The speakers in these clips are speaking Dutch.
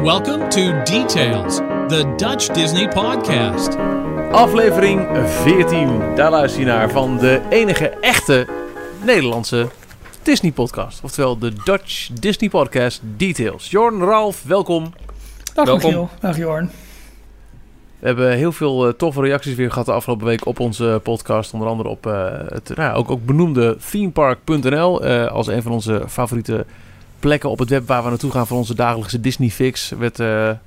Welcome to Details, the Dutch Disney podcast. Aflevering 14, daar luister je naar van de enige echte Nederlandse Disney podcast. Oftewel de Dutch Disney podcast Details. Jorn, Ralf, welkom. Dag Michiel, dag Jorn. We hebben heel veel toffe reacties weer gehad de afgelopen week op onze podcast. Onder andere op het ook benoemde themepark.nl als een van onze favoriete plekken op het web waar we naartoe gaan voor onze dagelijkse Disney fix. Er werd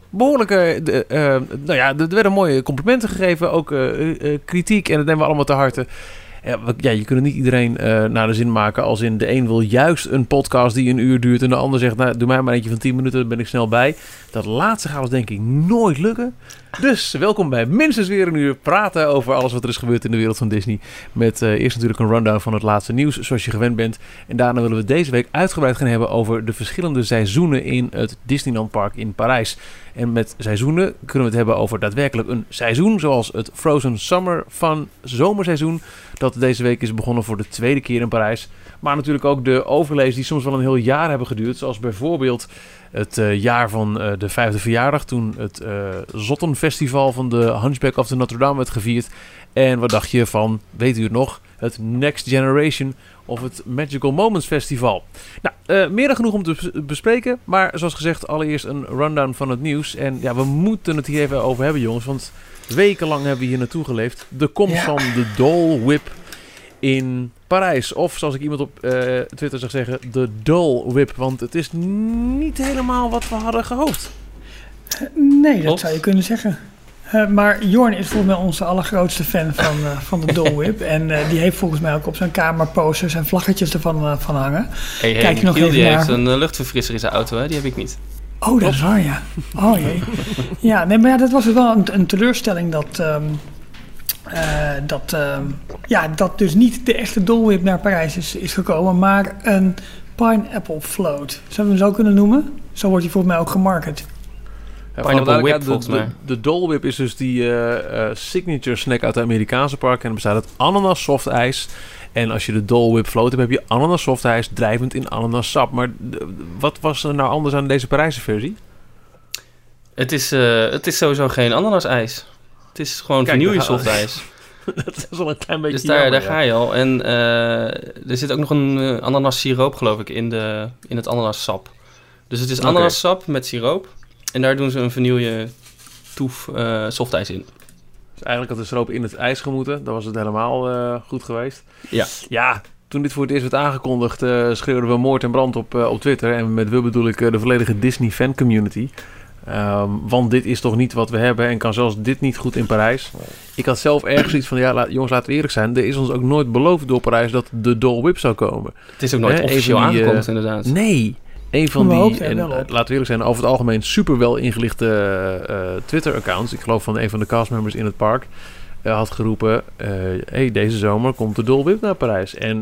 er werden mooie complimenten gegeven, ook kritiek en dat nemen we allemaal te harte. Ja, je kunt niet iedereen naar de zin maken als in de een wil juist een podcast die een uur duurt en de ander zegt, nou, doe mij maar eentje van 10 minuten, dan ben ik snel bij. Dat laatste gaat ons denk ik nooit lukken. Dus welkom bij minstens weer een uur praten over alles wat er is gebeurd in de wereld van Disney. Met eerst natuurlijk een rundown van het laatste nieuws, zoals je gewend bent. En daarna willen we deze week uitgebreid gaan hebben over de verschillende seizoenen in het Disneyland Park in Parijs. En met seizoenen kunnen we het hebben over daadwerkelijk een seizoen, zoals het Frozen Summer van zomerseizoen, dat deze week is begonnen voor de tweede keer in Parijs. Maar natuurlijk ook de overlays die soms wel een heel jaar hebben geduurd, zoals bijvoorbeeld het jaar van de 5e verjaardag, toen het Zottenfestival van de Hunchback of Notre Dame werd gevierd. En wat dacht je van, weet u het nog, het Next Generation of het Magical Moments Festival? Nou, meer dan genoeg om te bespreken, maar zoals gezegd allereerst een rundown van het nieuws. En ja, we moeten het hier even over hebben, jongens, want wekenlang hebben we hier naartoe geleefd. De komst van de Dole Whip in Parijs. Of zoals ik iemand op Twitter zag zeggen, de Dole Whip. Want het is niet helemaal wat we hadden gehoopt. Nee, dat zou je kunnen zeggen. Maar Jorn is volgens mij onze allergrootste fan van de Dole Whip. En die heeft volgens mij ook op zijn kamer posters en vlaggetjes ervan van hangen. Kijk je nog even die naar... heeft een luchtverfrisser in zijn auto, hè? Die heb ik niet. Oh, dat is waar, ja. Oh jee. Ja, nee, maar ja, dat was dus wel een teleurstelling dat dus niet de echte Dole Whip naar Parijs is gekomen, maar een pineapple float. Zullen we hem zo kunnen noemen? Zo wordt hij volgens mij ook gemarket. Pineapple Whip, volgens mij. De Dole Whip is dus die signature snack uit de Amerikaanse parken. En bestaat uit ananas softijs. En als je de Dole Whip float hebt, heb je ananas softijs drijvend in ananassap. Maar wat was er nou anders aan deze Parijse versie? Het is sowieso geen ananasijs. Het is gewoon vanille softijs. Dat is wel een klein beetje dus daar ga je al. En er zit ook nog een ananas siroop, geloof ik, in het ananassap. Dus het is ananassap met siroop. En daar doen ze een vanille toef softijs in. Dus eigenlijk had de siroop in het ijs gemoeten. Dan was het helemaal goed geweest. Ja. Ja, toen dit voor het eerst werd aangekondigd, schreeuwden we moord en brand op Twitter. En met we bedoel ik de volledige Disney fan community. Want dit is toch niet wat we hebben en kan zelfs dit niet goed in Parijs. Ik had zelf ergens iets van, jongens, laten we eerlijk zijn. Er is ons ook nooit beloofd door Parijs dat de Dole Whip zou komen. Het is ook nooit officieel aangekondigd, inderdaad. Nee. Een van die, en laten we eerlijk zijn, over het algemeen super wel ingelichte Twitter-accounts. Ik geloof van een van de castmembers in het park had geroepen, deze zomer komt de Dole Whip naar Parijs. En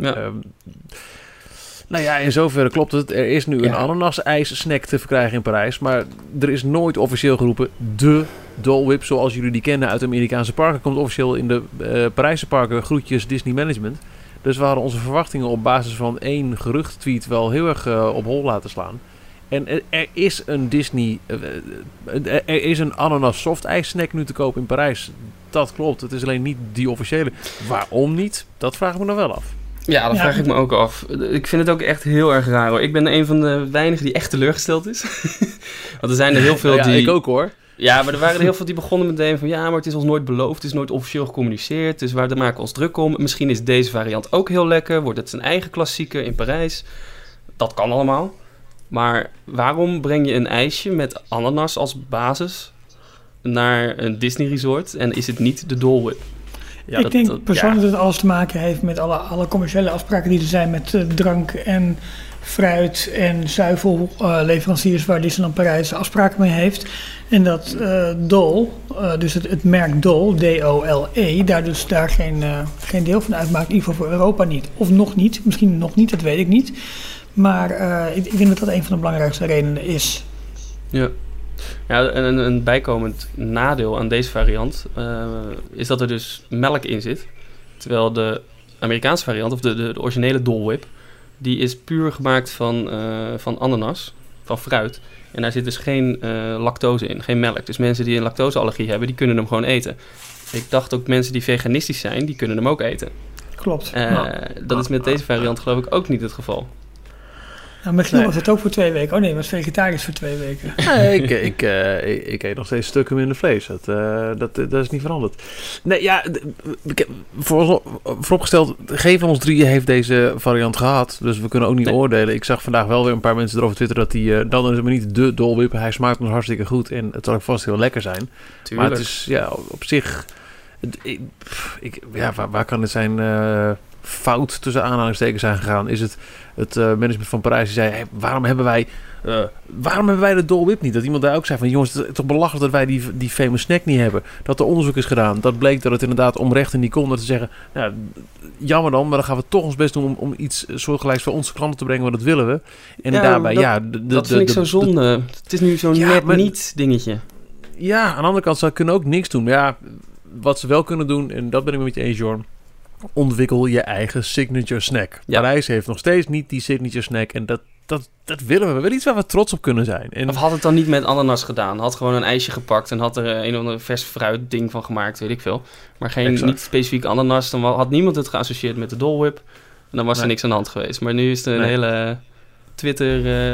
in zoverre klopt het. Er is nu een ananas-ijs-snack te verkrijgen in Parijs. Maar er is nooit officieel geroepen de Dole Whip zoals jullie die kennen uit de Amerikaanse parken. Komt officieel in de Parijse parken. Groetjes Disney Management. Dus we hadden onze verwachtingen op basis van één gerucht-tweet wel heel erg op hol laten slaan. En er is een Disney... er is een ananas softijs-snack nu te koop in Parijs. Dat klopt. Het is alleen niet die officiële. Waarom niet? Dat vraag ik me dan wel af. Ja, dat vraag ik me ook af. Ik vind het ook echt heel erg raar, hoor. Ik ben een van de weinigen die echt teleurgesteld is. Want er zijn er heel veel die... ik ook, hoor. Ja, maar er waren er heel veel die begonnen meteen van... ja, maar het is ons nooit beloofd, het is nooit officieel gecommuniceerd... dus daar maken we ons druk om. Misschien is deze variant ook heel lekker... wordt het zijn eigen klassieker in Parijs. Dat kan allemaal. Maar waarom breng je een ijsje met ananas als basis... naar een Disney resort... en is het niet de Dole Whip? Ja, ik denk persoonlijk dat het alles te maken heeft... met alle commerciële afspraken die er zijn... met drank en fruit en zuivelleveranciers... waar Disneyland Parijs afspraken mee heeft... En dat Dole, dus het merk Dole, D-O-L-E, daar geen deel van uitmaakt. In ieder geval voor Europa niet. Of nog niet, misschien nog niet, dat weet ik niet. Maar ik denk dat dat een van de belangrijkste redenen is. Ja, een bijkomend nadeel aan deze variant is dat er dus melk in zit. Terwijl de Amerikaanse variant, of de originele Dole Whip, die is puur gemaakt van ananas. van fruit. En daar zit dus geen lactose in, geen melk. Dus mensen die een lactoseallergie hebben, die kunnen hem gewoon eten. Ik dacht ook mensen die veganistisch zijn, die kunnen hem ook eten. Klopt. Dat is met deze variant geloof ik ook niet het geval. Nou, misschien was het ook voor 2 weken. Oh nee, het was vegetarisch voor 2 weken. Nee, ik eet nog steeds stukken minder vlees. Dat is niet veranderd. Nee, ja, vooropgesteld, geen van ons drieën heeft deze variant gehad. Dus we kunnen ook niet oordelen. Ik zag vandaag wel weer een paar mensen erover twitteren dat die... dan is het maar niet de Dole Whip. Hij smaakt nog hartstikke goed en het zal ook vast heel lekker zijn. Tuurlijk. Maar het is op zich... waar kan het zijn... fout tussen aanhalingstekens zijn gegaan, is het management van Parijs die zei, hey, waarom hebben wij de Dole Whip niet? Dat iemand daar ook zei van, jongens, het is toch belachelijk dat wij die famous snack niet hebben. Dat er onderzoek is gedaan. Dat bleek dat het inderdaad onrecht in die kon. Dat te zeggen, nou, jammer dan, maar dan gaan we toch ons best doen om iets soortgelijks voor onze klanten te brengen, want dat willen we. En daarbij, dat vind ik zo zonde. Het is nu zo'n niet dingetje. Ja, aan de andere kant, ze kunnen ook niks doen. Maar ja, wat ze wel kunnen doen, en dat ben ik met je eens, Jorn, ontwikkel je eigen signature snack. Ja. Parijs heeft nog steeds niet die signature snack. En dat willen we. We willen iets waar we trots op kunnen zijn. En... Of had het dan niet met ananas gedaan? Had gewoon een ijsje gepakt en had er een of ander vers fruit ding van gemaakt, weet ik veel. Maar niet specifiek ananas. Dan had niemand het geassocieerd met de Dole Whip. En dan was er niks aan de hand. Geweest. Maar nu is het een hele Twitter...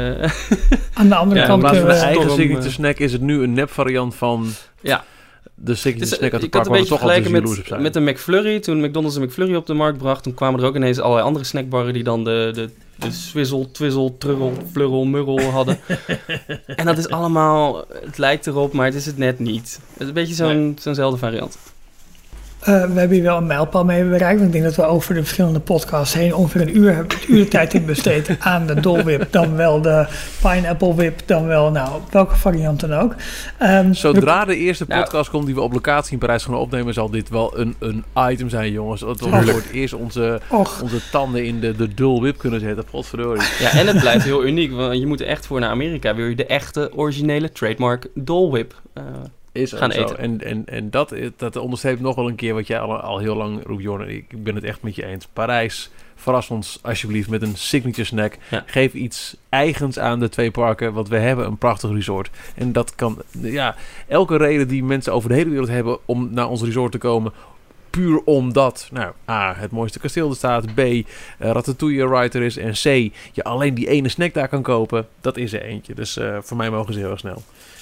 Aan de andere kant... In plaats van de eigen signature snack is het nu een nep variant van... Ja. De signature snack uit de ik had park, een beetje vergelijken met de McFlurry. Toen McDonald's de McFlurry op de markt bracht, toen kwamen er ook ineens allerlei andere snackbarren die dan de swizzle, twizzle, trurrel, flurrel, murrel hadden. En dat is allemaal, het lijkt erop, maar het is het net niet. Het is een beetje zo'nzelfde variant. We hebben hier wel een mijlpaal mee bereikt. Want ik denk dat we over de verschillende podcasts heen ongeveer een uur de tijd hebben besteed aan de Dole Whip. Dan wel de Pineapple Whip. Dan wel, welke variant dan ook. Zodra de eerste podcast komt die we op locatie in Parijs gaan opnemen, zal dit wel een item zijn, jongens. Dat we voor het eerst onze tanden in de Dole Whip kunnen zetten. Godverdorie. Ja, en het blijft heel uniek. Want je moet er echt voor naar Amerika. Wil je de echte, originele trademark Dole Whip is gaan eten. En dat onderstreept nog wel een keer wat jij al heel lang roept, Jorn. Ik ben het echt met je eens. Parijs, verras ons alsjeblieft met een signature snack. Ja. Geef iets eigens aan de 2 parken, want we hebben een prachtig resort. En dat kan, elke reden die mensen over de hele wereld hebben om naar ons resort te komen, puur omdat, A, het mooiste kasteel er staat, B, Ratatouille writer is, en C, je alleen die ene snack daar kan kopen, dat is er eentje. Dus voor mij mogen ze heel erg snel.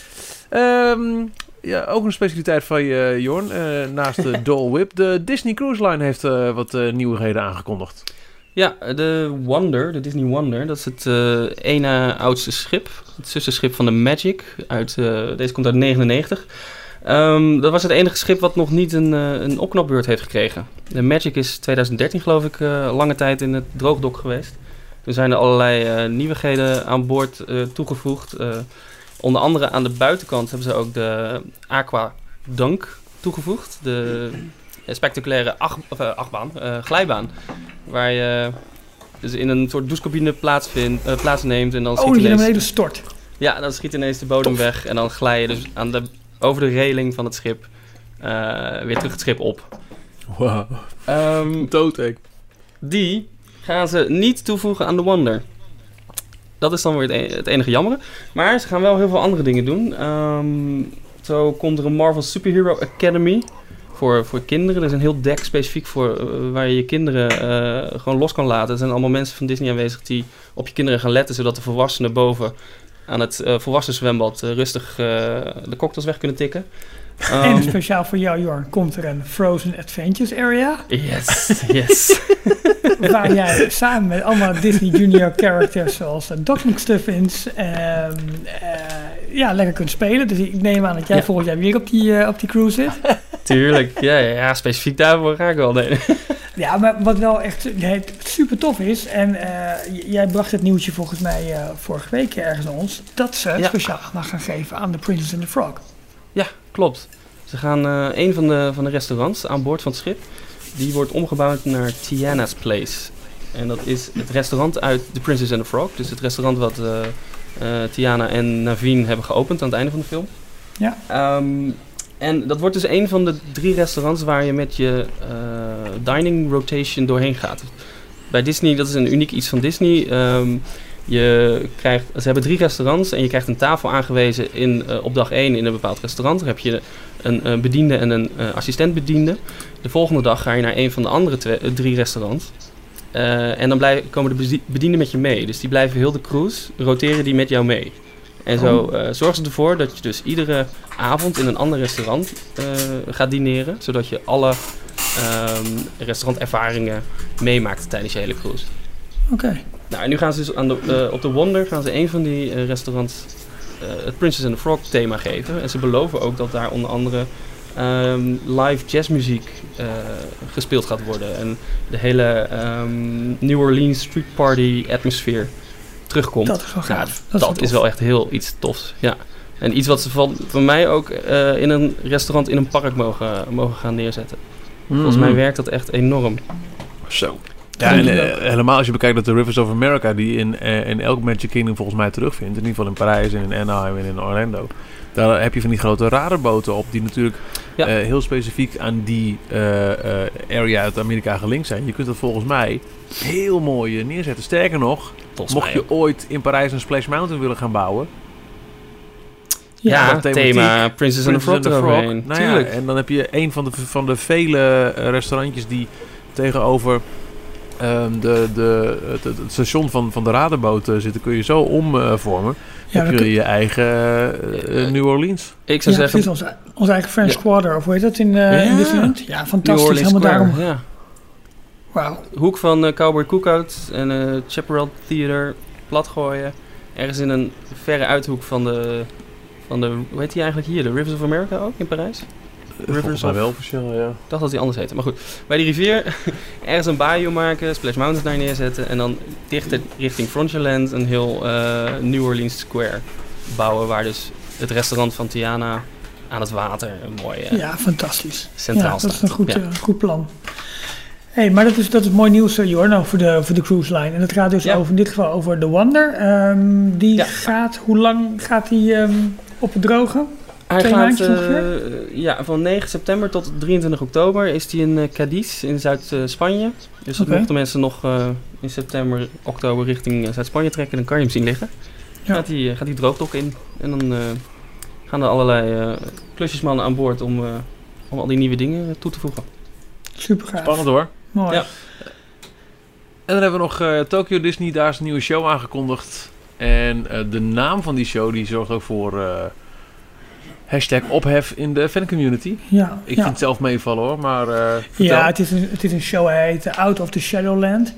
Ook een specialiteit van je, Jorn. Naast de Dole Whip. De Disney Cruise Line heeft wat nieuwigheden aangekondigd. Ja, de Disney Wonder. Dat is het ene oudste schip. Het zusterschip van de Magic. Deze komt uit 1999. Dat was het enige schip wat nog niet een opknapbeurt heeft gekregen. De Magic is 2013 geloof ik lange tijd in het droogdok geweest. Er zijn er allerlei nieuwigheden aan boord toegevoegd. Onder andere aan de buitenkant hebben ze ook de Aqua Dunk toegevoegd. De spectaculaire glijbaan. Waar je dus in een soort douchecabine plaatsneemt. En dan schiet ineens... een hele stort. Ja, dan schiet ineens de bodem weg. En dan glij je dus over de reling van het schip weer terug het schip op. Wauw. Doodeng. Die gaan ze niet toevoegen aan de Wonder. Dat is dan weer het enige jammere. Maar ze gaan wel heel veel andere dingen doen. Zo komt er een Marvel Superhero Academy voor kinderen. Er is een heel deck specifiek voor waar je kinderen gewoon los kan laten. Er zijn allemaal mensen van Disney aanwezig die op je kinderen gaan letten, zodat de volwassenen boven aan het volwassen zwembad rustig de cocktails weg kunnen tikken. En speciaal voor jou, Jorn, komt er een Frozen Adventures area. Yes. Waar jij samen met allemaal Disney Junior characters zoals Doc McStuffins lekker kunt spelen. Dus ik neem aan dat jij volgend jaar weer op die cruise zit. Tuurlijk, ja, specifiek daarvoor ga ik wel. Nee. Ja, maar wat wel echt super tof is, en jij bracht het nieuwtje volgens mij vorige week ergens aan ons, dat ze speciaal aandacht gaan geven aan The Princess and the Frog. Ja, klopt. Ze gaan een van de restaurants aan boord van het schip, die wordt omgebouwd naar Tiana's Place. En dat is het restaurant uit The Princess and the Frog. Dus het restaurant wat Tiana en Naveen hebben geopend aan het einde van de film. Ja. En dat wordt dus een van de 3 restaurants waar je met je dining rotation doorheen gaat. Bij Disney, dat is een uniek iets van Disney. Ze hebben 3 restaurants en je krijgt een tafel aangewezen op dag 1 in een bepaald restaurant. Dan heb je een bediende en een assistent-bediende. De volgende dag ga je naar een van de andere 3 restaurants. En dan komen de bedienden met je mee. Dus die blijven heel de cruise, roteren die met jou mee. En zo zorgen ze ervoor dat je dus iedere avond in een ander restaurant gaat dineren. Zodat je alle restaurantervaringen meemaakt tijdens je hele cruise. Oké. Nou, en nu gaan ze dus op de Wonder gaan ze een van die restaurants het Princess and the Frog thema geven. En ze beloven ook dat daar onder andere live jazzmuziek gespeeld gaat worden. En de hele New Orleans street party atmosfeer terugkomt. Dat is wel gaaf. Dat is wel echt heel iets tofs. Ja. En iets wat ze van mij ook in een restaurant in een park mogen gaan neerzetten. Volgens mij werkt dat echt enorm. Zo. Ja, en helemaal als je bekijkt dat de Rivers of America die in elk Magic Kingdom volgens mij terugvindt. In ieder geval in Parijs en in Anaheim en in Orlando. Daar heb je van die grote radarboten op die natuurlijk heel specifiek aan die area uit Amerika gelinkt zijn. Je kunt dat volgens mij heel mooi neerzetten. Sterker nog, mocht je ooit in Parijs een Splash Mountain willen gaan bouwen. Ja, thema Princess and the Frog eroverheen. Nou ja, en dan heb je een van de vele restaurantjes die tegenover het station van de radarboot zitten. Kun je zo omvormen. Heb je je eigen New Orleans. Ik zou zeggen... Precies, ons eigen French Quarter, of hoe heet dat in Disneyland? Ja, fantastisch. Helemaal Square, daarom. Ja. Wauw. Hoek van Cowboy Cookout en Chaparral Theater plat gooien. Ergens in een verre uithoek van de... Hoe heet die eigenlijk hier? De Rivers of America ook in Parijs? Rivers of... wel verschillen, ja. Ik dacht dat die anders heette. Maar goed, bij die rivier ergens een bayou maken, Splash Mountain daar neerzetten en dan dichter richting Frontierland een heel New Orleans Square bouwen waar dus het restaurant van Tiana aan het water een mooi fantastisch. Centraal staat. Dat is een goed plan. Hey, maar dat is mooi nieuws, Jorno, voor de cruise line. En dat gaat dus in dit geval over de Wonder. Hoe lang gaat die op het droge? Hij gaat van 9 september tot 23 oktober is hij in Cadiz in Zuid-Spanje. Dus mochten mensen nog in september, oktober richting Zuid-Spanje trekken, dan kan je hem zien liggen. Ja. Gaat hij droogdok in. En dan gaan er allerlei klusjesmannen aan boord om al die nieuwe dingen toe te voegen. Super gaaf. Spannend hoor. Mooi. Ja. En dan hebben we nog Tokyo Disney, daar is een nieuwe show aangekondigd. En de naam van die show die zorgt ook voor #ophef in de fancommunity. Ja, ik vind het zelf meevallen hoor, maar vertel. Ja, het is een show, hij heet Out of the Shadowland.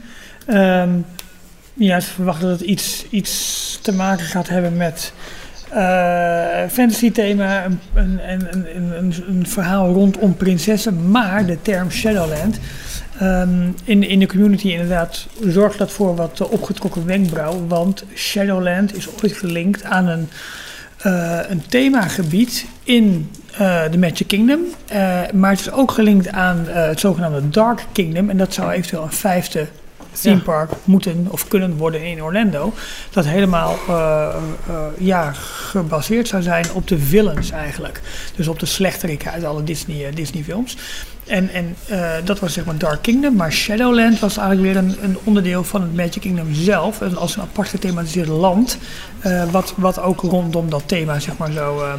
Ze verwachten dat het iets te maken gaat hebben met fantasy thema, een verhaal rondom prinsessen, maar de term Shadowland in de community inderdaad zorgt dat voor wat opgetrokken wenkbrauw, want Shadowland is ooit gelinkt aan een themagebied in de Magic Kingdom, maar het is ook gelinkt aan het zogenaamde Dark Kingdom en dat zou eventueel een 5e theme park moeten of kunnen worden in Orlando. Dat helemaal gebaseerd zou zijn op de villains eigenlijk. Dus op de slechteriken uit alle Disney films. En dat was zeg maar Dark Kingdom. Maar Shadowland was eigenlijk weer een onderdeel van het Magic Kingdom zelf. Als een apart gethematiseerd land. Wat ook rondom dat thema zeg maar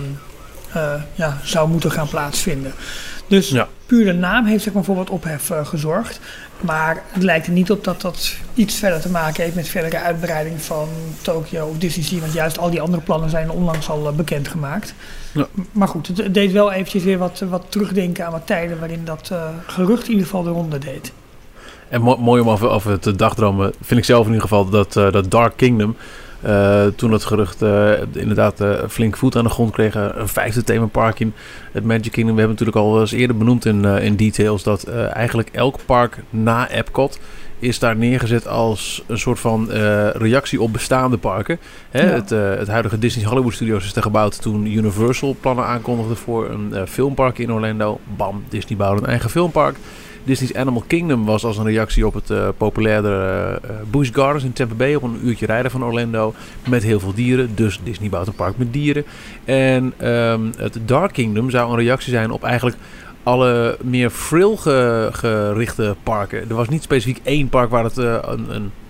zou moeten gaan plaatsvinden. Dus puur de naam heeft zeg maar voor wat ophef gezorgd. Maar het lijkt er niet op dat iets verder te maken heeft met verdere uitbreiding van Tokyo of Disney Sea. Want juist al die andere plannen zijn onlangs al bekendgemaakt. Ja. Maar goed, het deed wel eventjes weer wat terugdenken aan wat tijden waarin dat gerucht in ieder geval de ronde deed. En mooi om over te dagdromen vind ik zelf in ieder geval dat Dark Kingdom, toen dat gerucht inderdaad flink voet aan de grond kreeg, een 5e themapark in het Magic Kingdom. We hebben natuurlijk al eens eerder benoemd in details dat eigenlijk elk park na Epcot is daar neergezet als een soort van reactie op bestaande parken. Hè? Ja. Het huidige Disney Hollywood Studios is er gebouwd toen Universal plannen aankondigde voor een filmpark in Orlando. Bam, Disney bouwde een eigen filmpark. Disney's Animal Kingdom was als een reactie op het populaire Busch Gardens in Tampa Bay op een uurtje rijden van Orlando met heel veel dieren. Dus Disney bouwt een park met dieren. En het Dark Kingdom zou een reactie zijn op eigenlijk alle meer frill gerichte parken. Er was niet specifiek één park waar het een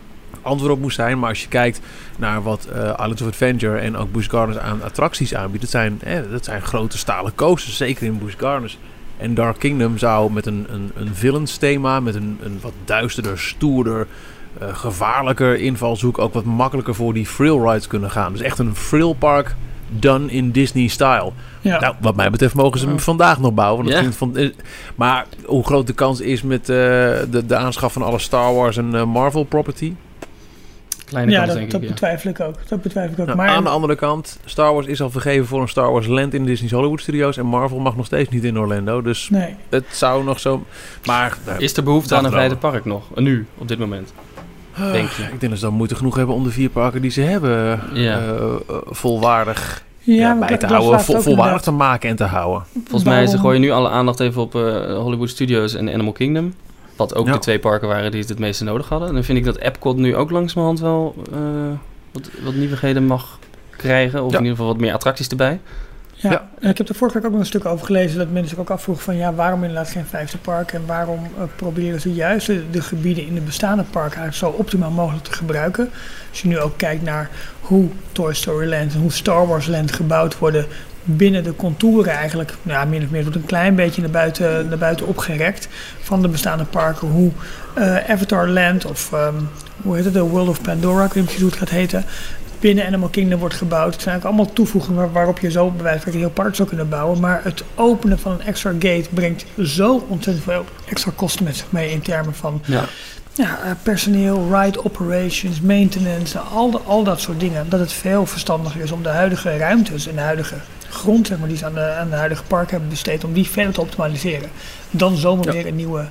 antwoord op moest zijn. Maar als je kijkt naar wat Islands of Adventure en ook Busch Gardens aan attracties aanbiedt, dat zijn grote stalen coasters, zeker in Busch Gardens. En Dark Kingdom zou met een villains thema, met een wat duisterder, stoerder, gevaarlijker invalshoek ook wat makkelijker voor die thrill rides kunnen gaan. Dus echt een thrill park done in Disney-style. Ja. Nou, wat mij betreft mogen ze hem vandaag nog bouwen. Maar hoe groot de kans is met de aanschaf van alle Star Wars en Marvel property? Kleine kans, denk ik. Dat betwijfel ik ook. Nou, maar aan de andere kant, Star Wars is al vergeven voor een Star Wars Land in Disney's Hollywood Studios. En Marvel mag nog steeds niet in Orlando. Dus het zou nog zo... Maar is er behoefte aan een vijfde park nog? Nu, op dit moment? Denk je? Ik denk dat ze dan moeite genoeg hebben om de 4 parken die ze hebben volwaardig bij te houden. Volwaardig te maken en te houden. Volgens mij gooien nu alle aandacht even op Hollywood Studios en Animal Kingdom. Wat ook de 2 parken waren die het meeste nodig hadden. En dan vind ik dat Epcot nu ook langzamerhand wel wat nieuwigheden mag krijgen. Of in ieder geval wat meer attracties erbij. Ja, en ik heb er vorige week ook nog een stuk over gelezen dat mensen zich ook afvroegen van waarom inderdaad geen 5e park en waarom proberen ze juist de gebieden in de bestaande parken eigenlijk zo optimaal mogelijk te gebruiken. Als je nu ook kijkt naar hoe Toy Story Land en hoe Star Wars Land gebouwd worden binnen de contouren eigenlijk, min of meer wordt een klein beetje naar buiten opgerekt van de bestaande parken. Hoe Avatar Land of hoe heet het, de World of Pandora, ik weet niet precies hoe het gaat heten, binnen Animal Kingdom wordt gebouwd. Het zijn ook allemaal toevoegingen waarop je zo bij wijze van een heel park zou kunnen bouwen. Maar het openen van een extra gate brengt zo ontzettend veel extra kosten met zich mee in termen van personeel, ride operations, maintenance, al dat soort dingen. Dat het veel verstandiger is om de huidige ruimtes en de huidige grond die ze aan de huidige park hebben besteed, om die verder te optimaliseren. Dan zomaar weer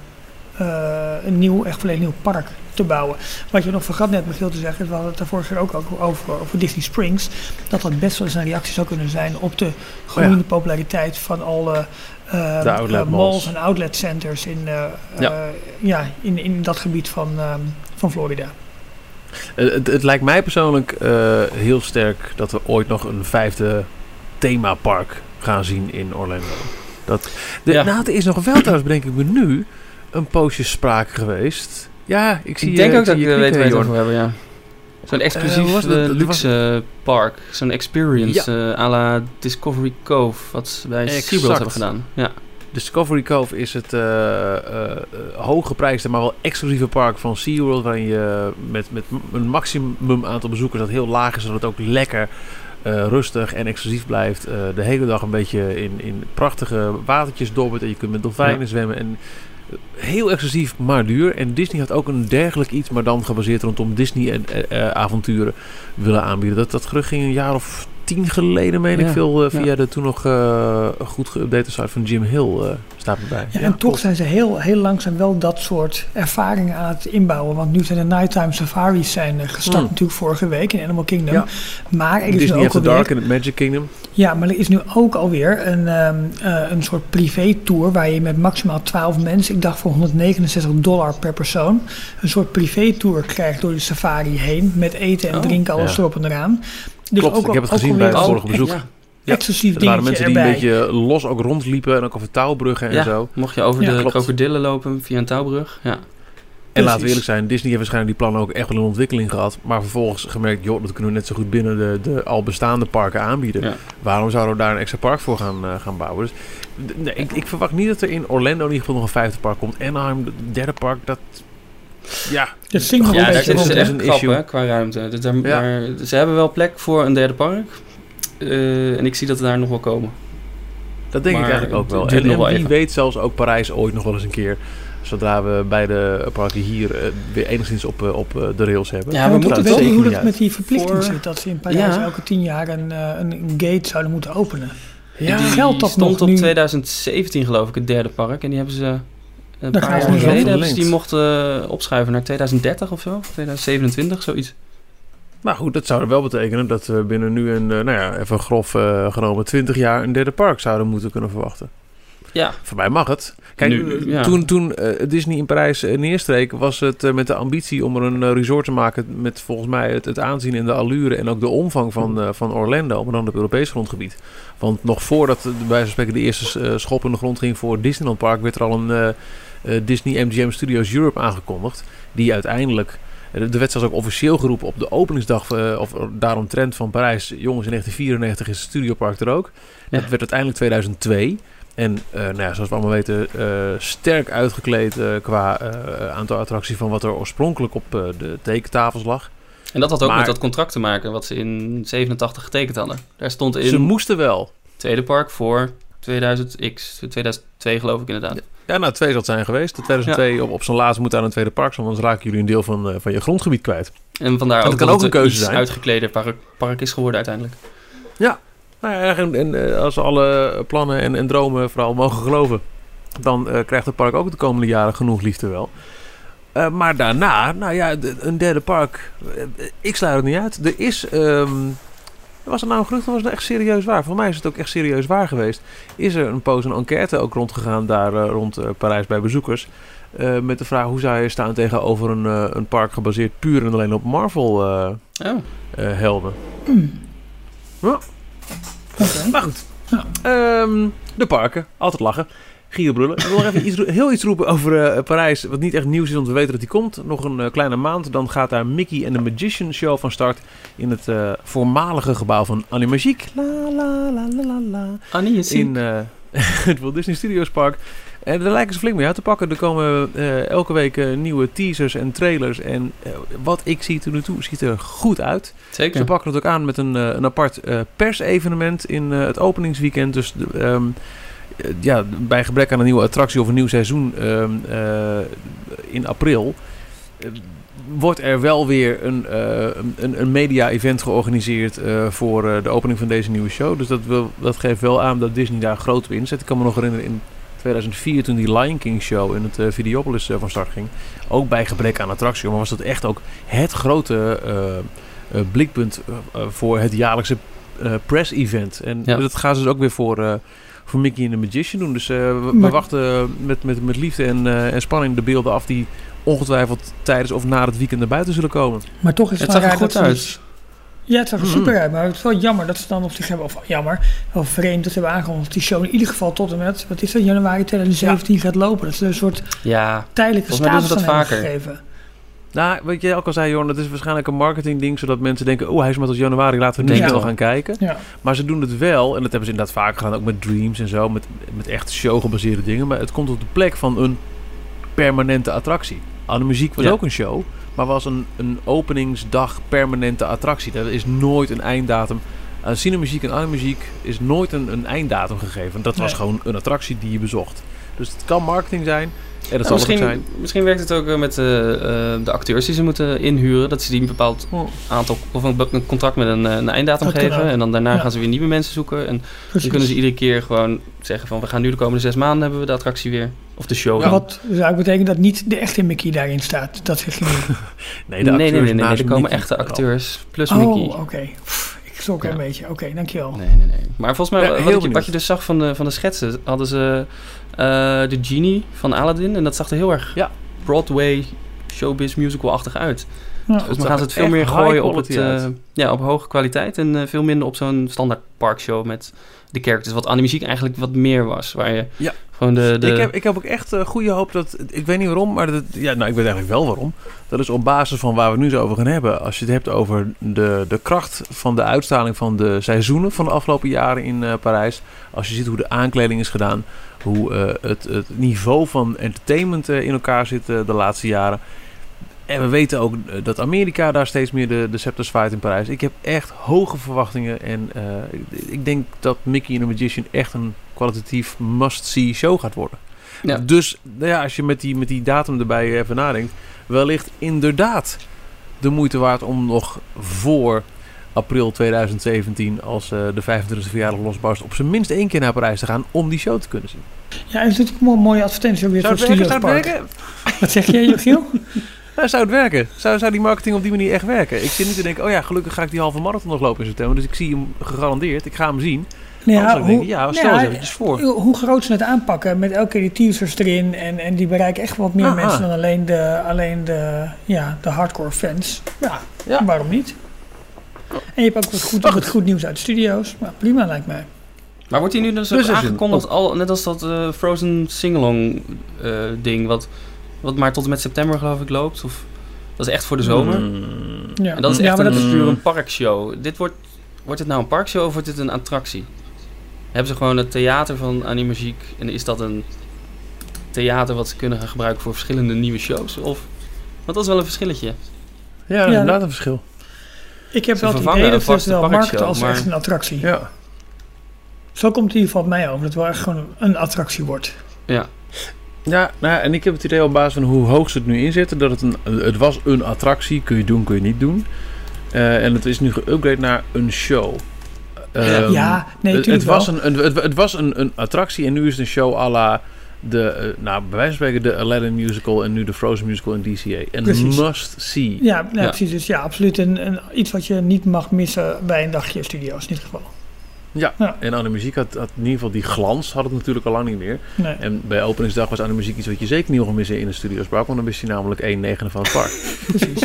een nieuw, echt volledig nieuw park te bouwen. Wat je nog vergat net, Michiel, te zeggen, we hadden het daar vorige keer ook over Disney Springs, dat best wel eens een reactie zou kunnen zijn op de groeiende populariteit van alle malls en outlet centers in dat gebied van Florida. Het lijkt mij persoonlijk heel sterk dat we ooit nog een 5e themapark gaan zien in Orlando. Het is nog wel trouwens, denk ik me nu, een poosje sprake geweest. Ja, ik denk ook dat ik weet waar je het over hebben, ja. Zo'n exclusief luxe park. Zo'n experience à la Discovery Cove, wat wij SeaWorld hebben gedaan. Ja. Discovery Cove is het hooggeprijsde, maar wel exclusieve park van SeaWorld, waarin je met een maximum aantal bezoekers dat heel laag is, zodat het ook lekker rustig en exclusief blijft. De hele dag een beetje in prachtige watertjes dobbert en je kunt met dolfijnen zwemmen. En heel exclusief, maar duur. En Disney had ook een dergelijk iets, maar dan gebaseerd rondom Disney-avonturen willen aanbieden. Dat gerucht ging een jaar of 10 geleden, meen ik veel, via de toen nog goed geüpdate site van Jim Hill staat erbij. Ja, en toch zijn ze heel langzaam wel dat soort ervaringen aan het inbouwen. Want nu zijn de nighttime safaris gestart natuurlijk vorige week in Animal Kingdom. Ja. Maar er is Disney nu ook After Dark in het Magic Kingdom. Ja, maar er is nu ook alweer een soort privé-tour waar je met maximaal 12 mensen, ik dacht voor $169 per persoon, een soort privé-tour krijgt door de safari heen met eten en drinken, alles erop en eraan. Dus klopt, ik heb het gezien bij het vorige bezoek. Exclusief er waren mensen die een beetje los ook rondliepen en ook over touwbruggen en zo. Mocht je over de krokodillen lopen via een touwbrug. Ja. En laten we eerlijk zijn, Disney heeft waarschijnlijk die plannen ook echt wel in ontwikkeling gehad. Maar vervolgens gemerkt, dat kunnen we net zo goed binnen de al bestaande parken aanbieden. Ja. Waarom zouden we daar een extra park voor gaan bouwen? Dus ik verwacht niet dat er in Orlando in ieder geval nog een 5e park komt. Anaheim, het 3e park, dat... Ja, dat is echt een issue qua ruimte. Ze hebben wel plek voor een 3e park. En ik zie dat we daar nog wel komen. Dat denk ik eigenlijk ook wel. En wie weet zelfs ook Parijs ooit nog wel eens een keer. Zodra we beide parken hier weer enigszins op de rails hebben. Ja, we moeten wel hoe dat met die verplichting zit. Dat ze in Parijs elke 10 jaar een gate zouden moeten openen. Ja, die geldt dat stond op 2017 geloof ik, het 3e park. En die hebben ze een paar jaar geleden hebben ze die mochten opschuiven naar 2030 of zo. 2027, zoiets. Maar goed, dat zou er wel betekenen dat we binnen nu even grof genomen 20 jaar een 3e park zouden moeten kunnen verwachten. Ja. Voor mij mag het. Kijk, toen Disney in Parijs neerstreek, was het met de ambitie om er een resort te maken met volgens mij het aanzien en de allure en ook de omvang van Orlando, maar dan op het Europees grondgebied. Want nog voordat bij wijze van spreken de eerste schop in de grond ging voor Disneyland Park, werd er al een Disney MGM Studios Europe aangekondigd, die uiteindelijk Er werd zelfs ook officieel geroepen op de openingsdag of daaromtrent van Parijs. Jongens, in 1994 is het Studiopark er ook. Ja. Dat werd uiteindelijk 2002. En zoals we allemaal weten, sterk uitgekleed qua aantal attracties van wat er oorspronkelijk op de tekentafels lag. En dat had ook met dat contract te maken wat ze in 87 getekend hadden. Daar stond in... Ze moesten wel. Tweede park voor 2002 geloof ik inderdaad. Ja, 2 zal het zijn geweest. 2002 op zijn laatst moet aan een tweede park, anders raken jullie een deel van je grondgebied kwijt. En vandaar dat ook kan dat ook een keuze zijn. Uitgeklede park is geworden uiteindelijk. Ja, en als als plannen en dromen vooral mogen geloven, dan krijgt het park ook de komende jaren genoeg liefde wel. Maar daarna, een derde park, ik sluit het niet uit. Er is, was het nou een gerucht, was het echt serieus waar? Voor mij is het ook echt serieus waar geweest. Is er een poos een enquête ook rondgegaan daar rond Parijs bij bezoekers. Met de vraag, hoe zou je staan tegenover een park gebaseerd puur en alleen op Marvel helden? Ja. Okay. Maar goed, de parken, altijd lachen. Gierbrullen. Ik wil nog even heel iets roepen over Parijs, wat niet echt nieuws is, want we weten dat die komt. Nog een kleine maand, dan gaat daar Mickey and the Magician Show van start in het voormalige gebouw van Animagique. La la la la la. In het Walt Disney Studios Park. En daar lijken ze flink mee uit te pakken. Er komen elke week nieuwe teasers en trailers. En wat ik zie tot nu toe, ziet er goed uit. Zeker. Ze pakken het ook aan met een apart persevenement in het openingsweekend. Dus bij gebrek aan een nieuwe attractie of een nieuw seizoen in april wordt er wel weer een media-event georganiseerd voor de opening van deze nieuwe show. Dus dat geeft wel aan dat Disney daar groot op inzet. Ik kan me nog herinneren in 2004 toen die Lion King show in het Videopolis van start ging. Ook bij gebrek aan attractie. Maar was dat echt ook het grote blikpunt voor het jaarlijkse press-event. En dat gaan ze dus ook weer voor Mickey and the Magician doen. Dus we wachten met liefde en spanning de beelden af die ongetwijfeld tijdens of na het weekend naar buiten zullen komen. Maar toch is het zag er goed uit. Ja, het zag er super uit, maar het is wel jammer dat ze dan op zich hebben, wel vreemd dat ze hebben aangekondigd dat die show in ieder geval tot en met, wat is dat, januari 2017 gaat lopen. Dat ze een soort tijdelijke status aan hebben gegeven. Nou, wat je ook al zei, Jorn, dat is waarschijnlijk een marketingding, zodat mensen denken, hij is maar tot januari, laten we nu snel gaan kijken. Ja. Maar ze doen het wel, en dat hebben ze inderdaad vaak gedaan, ook met Dreams en zo, met echt show-gebaseerde dingen, maar het komt op de plek van een permanente attractie. Animagique was ook een show, maar was een openingsdag permanente attractie. Er is nooit een einddatum. Aan Cinemagique en Animagique is nooit een einddatum gegeven. Dat was gewoon een attractie die je bezocht. Dus het kan marketing zijn. En dat zal het ook zijn. Misschien werkt het ook met de acteurs die ze moeten inhuren. Dat ze die een bepaald aantal of een contract met een einddatum geven. En dan daarna gaan ze weer nieuwe mensen zoeken. En dan kunnen ze iedere keer gewoon zeggen van, we gaan nu de komende 6 maanden hebben we de attractie weer. Of de show. Ja. Wat zou betekenen dat niet de echte Mickey daarin staat? Dat zeg je niet. Nee, er komen echte acteurs plus Mickey. Oké. Ik schrok een beetje. Oké, dankjewel. Nee. Maar volgens mij, wat je dus zag van de schetsen, hadden ze de Genie van Aladdin. En dat zag er heel erg Broadway showbiz musical-achtig uit. Ja. Dus dan gaan ze het veel meer gooien op hoge kwaliteit. En veel minder op zo'n standaard parkshow met de characters. Wat Animagique eigenlijk wat meer was. Waar je gewoon Ik heb ook echt goede hoop dat... Ik weet niet waarom, maar ik weet eigenlijk wel waarom. Dat is op basis van waar we nu zo over gaan hebben. Als je het hebt over de kracht van de uitstraling van de seizoenen van de afgelopen jaren in Parijs. Als je ziet hoe de aankleding is gedaan. Hoe het niveau van entertainment in elkaar zit de laatste jaren. En we weten ook dat Amerika daar steeds meer de scepters zwaait in Parijs. Ik heb echt hoge verwachtingen. En ik denk dat Mickey and the Magician echt een kwalitatief must-see show gaat worden. Ja. Dus als je met die datum erbij even nadenkt. Wellicht inderdaad de moeite waard om nog voor april 2017... als de 25e verjaardag losbarst... op zijn minst 1 keer naar Parijs te gaan om die show te kunnen zien. Ja, er zit ook een mooie advertentie weer voor Studios Park. Wat zeg je, Jochiel? Zou het werken? Zou die marketing op die manier echt werken? Ik zit niet te denken, gelukkig ga ik die halve marathon nog lopen in september. Dus ik zie hem gegarandeerd. Ik ga hem zien. Stel eens eventjes voor. Hoe groot ze het aanpakken met elke keer die teasers erin. En die bereiken echt wat meer mensen dan alleen de hardcore fans. Ja, waarom niet? En je hebt ook wat goed nieuws uit de studio's. Maar prima lijkt mij. Maar wordt die nu dus ook aangekondigd, net als dat Frozen Singalong ding, wat maar tot en met september geloof ik loopt? Of Dat is echt voor de zomer. Ja. En dat is echt puur een parkshow. Wordt het nou een parkshow of wordt dit een attractie? Hebben ze gewoon het theater van Animagiek en is dat een theater wat ze kunnen gaan gebruiken voor verschillende nieuwe shows? Want dat is wel een verschilletje. Ja, dat is inderdaad een verschil. Ik heb wel het idee dat ze het wel markten als echt een attractie. Ja. Zo komt het in ieder geval op mij over, dat het wel echt gewoon een attractie wordt. Ja. Ja, en ik heb het idee op basis van hoe hoog ze het nu inzetten, dat het was een attractie, kun je doen, kun je niet doen. En het is nu geüpgrade naar een show. Het was een attractie en nu is het een show à la bij wijze van spreken de Aladdin musical en nu de Frozen musical in DCA. En must see. Ja, precies. Dus ja, absoluut. En iets wat je niet mag missen bij een dagje studio's in dit geval. Ja, en Animagiek had in ieder geval die glans, had het natuurlijk al lang niet meer. Nee. En bij openingsdag was Animagiek iets wat je zeker niet mag missen in de Studios Park, want dan wist je namelijk 1/9 van het park. Precies.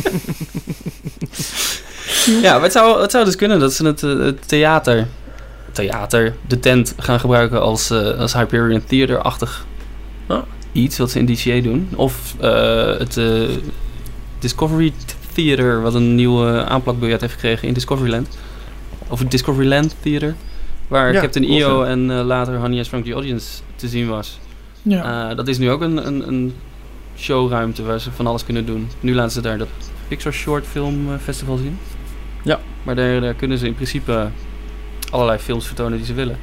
Ja, maar het zou dus kunnen dat ze het theater, de tent gaan gebruiken als Hyperion Theater-achtig iets wat ze in DCA doen. Of het Discovery Theater, wat een nieuwe aanplakbiljet heeft gekregen in Discoveryland. Of het Discoveryland Theater, waar Captain EO en later Honey has Shrunk the Audience te zien was. Ja. Dat is nu ook een showruimte waar ze van alles kunnen doen. Nu laten ze daar dat Pixar Short Film Festival zien. Ja. Maar daar kunnen ze in principe allerlei films vertonen die ze willen.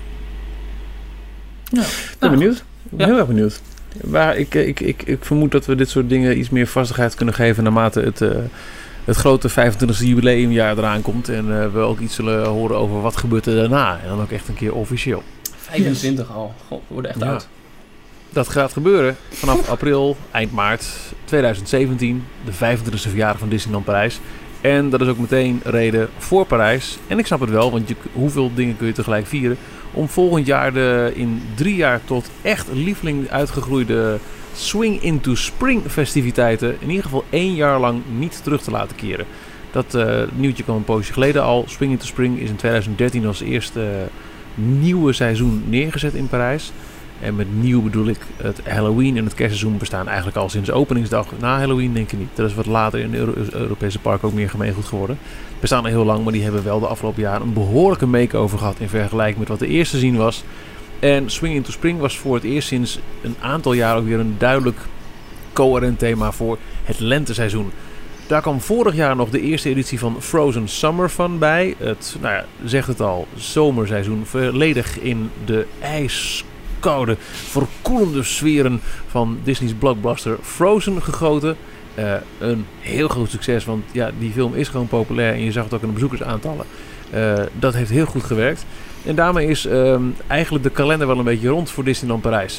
Ja. Ik ben benieuwd. Ik ben heel erg benieuwd. Maar ik vermoed dat we dit soort dingen iets meer vastigheid kunnen geven naarmate het grote 25e jubileumjaar eraan komt. En we ook iets zullen horen over wat gebeurt er daarna. En dan ook echt een keer officieel. 25 al. God, we worden echt oud. Dat gaat gebeuren vanaf april, eind maart 2017. De 25e verjaardag van Disneyland Parijs. En dat is ook meteen reden voor Parijs. En ik snap het wel, want hoeveel dingen kun je tegelijk vieren? Om volgend jaar in 3 jaar tot echt lieveling uitgegroeide Swing into Spring festiviteiten in ieder geval 1 jaar lang niet terug te laten keren. Dat nieuwtje kwam een poosje geleden al. Swing into Spring is in 2013 als eerste nieuwe seizoen neergezet in Parijs. En met nieuw bedoel ik het Halloween en het kerstseizoen bestaan eigenlijk al sinds openingsdag. Na Halloween denk ik niet. Dat is wat later in de Europese parken ook meer gemeengoed geworden. Bestaan al heel lang, maar die hebben wel de afgelopen jaren een behoorlijke make-over gehad in vergelijking met wat de eerste zien was. En Swing into Spring was voor het eerst sinds een aantal jaar ook weer een duidelijk coherent thema voor het lenteseizoen. Daar kwam vorig jaar nog de eerste editie van Frozen Summer Fun bij. Het, zegt het al, zomerseizoen volledig in de ijskoude, verkoelende sferen van Disney's blockbuster Frozen gegoten. Een heel groot succes, want die film is gewoon populair en je zag het ook in de bezoekersaantallen. Dat heeft heel goed gewerkt. En daarmee is eigenlijk de kalender wel een beetje rond voor Disneyland Parijs.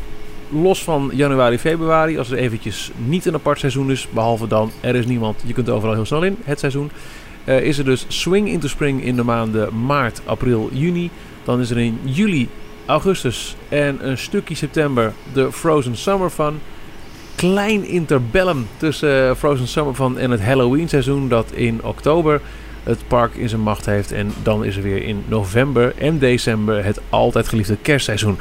Los van januari, februari, als er eventjes niet een apart seizoen is, behalve dan er is niemand, je kunt overal heel snel in, het seizoen, is er dus Swing into Spring in de maanden maart, april, juni. Dan is er in juli, augustus en een stukje september de Frozen Summer Fun. Klein interbellum tussen Frozen Summer Fun en het Halloween seizoen dat in oktober het park in zijn macht heeft. En dan is er weer in november en december het altijd geliefde kerstseizoen.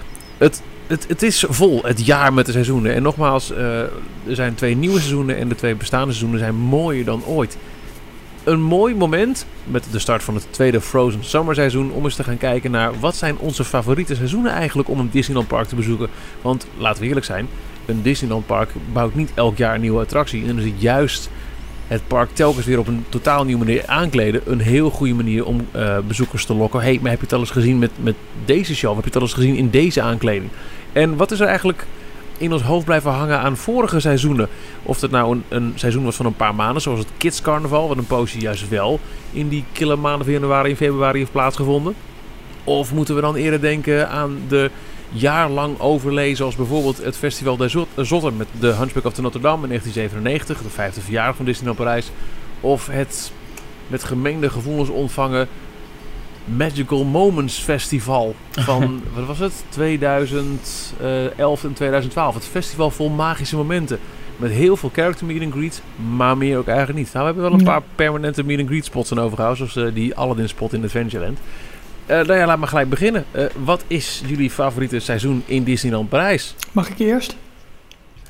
Het is vol, het jaar met de seizoenen. En nogmaals, er zijn 2 nieuwe seizoenen en de 2 bestaande seizoenen zijn mooier dan ooit. Een mooi moment met de start van het tweede Frozen Summer seizoen om eens te gaan kijken naar wat zijn onze favoriete seizoenen eigenlijk om een Disneyland park te bezoeken. Want laten we eerlijk zijn, een Disneyland park bouwt niet elk jaar een nieuwe attractie. En dan is het juist het park telkens weer op een totaal nieuwe manier aankleden een heel goede manier om bezoekers te lokken. Maar heb je het al eens gezien met deze show? Heb je het al eens gezien in deze aankleding? En wat is er eigenlijk in ons hoofd blijven hangen aan vorige seizoenen? Of dat nou een seizoen was van een paar maanden, zoals het Kids Carnival, wat een poosje juist wel in die kille maanden van januari en februari heeft plaatsgevonden. Of moeten we dan eerder denken aan de jaarlang overlezen, zoals bijvoorbeeld het Festival des Zotter met de Hunchback of the Notre Dame in 1997, de 50e verjaardag van Disneyland Parijs. Of het met gemengde gevoelens ontvangen Magical Moments Festival van, wat was het, 2011 en 2012. Het festival vol magische momenten. Met heel veel character meet and greets, maar meer ook eigenlijk niet. Nou, we hebben wel een paar permanente meet and greet spots aan overgehouden, zoals die Aladdin spot in Adventureland. Laat maar gelijk beginnen. Wat is jullie favoriete seizoen in Disneyland Parijs? Mag ik eerst?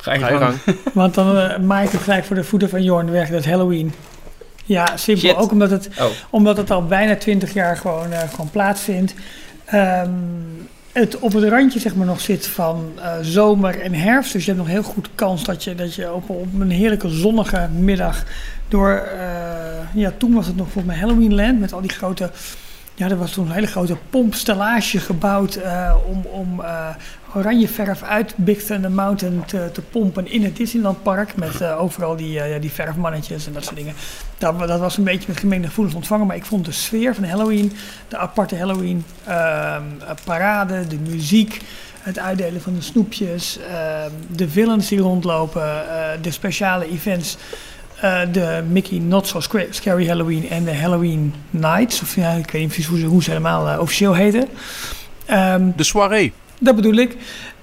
Ga je gang. Want dan maak ik het gelijk voor de voeten van Jorn weg. Dat is Halloween. Ja, simpel. Shit. Ook omdat het al bijna 20 jaar gewoon plaatsvindt. Het op het randje zeg maar nog zit van zomer en herfst. Dus je hebt nog heel goed kans dat je op een heerlijke zonnige middag door... toen was het nog volgens mij Halloweenland met al die grote... Ja, er was toen een hele grote pompstellage gebouwd om oranje verf uit Big Thunder Mountain te pompen in het Disneylandpark. Met overal die verfmannetjes en dat soort dingen. Dat was een beetje met gemengde gevoelens ontvangen. Maar ik vond de sfeer van Halloween, de aparte Halloween parade, de muziek, het uitdelen van de snoepjes, de villains die rondlopen, de speciale events... de Mickey Not So Scary Halloween en de Halloween Nights. Of ja, ik weet niet precies hoe ze helemaal officieel heten. De soirée. Dat bedoel ik.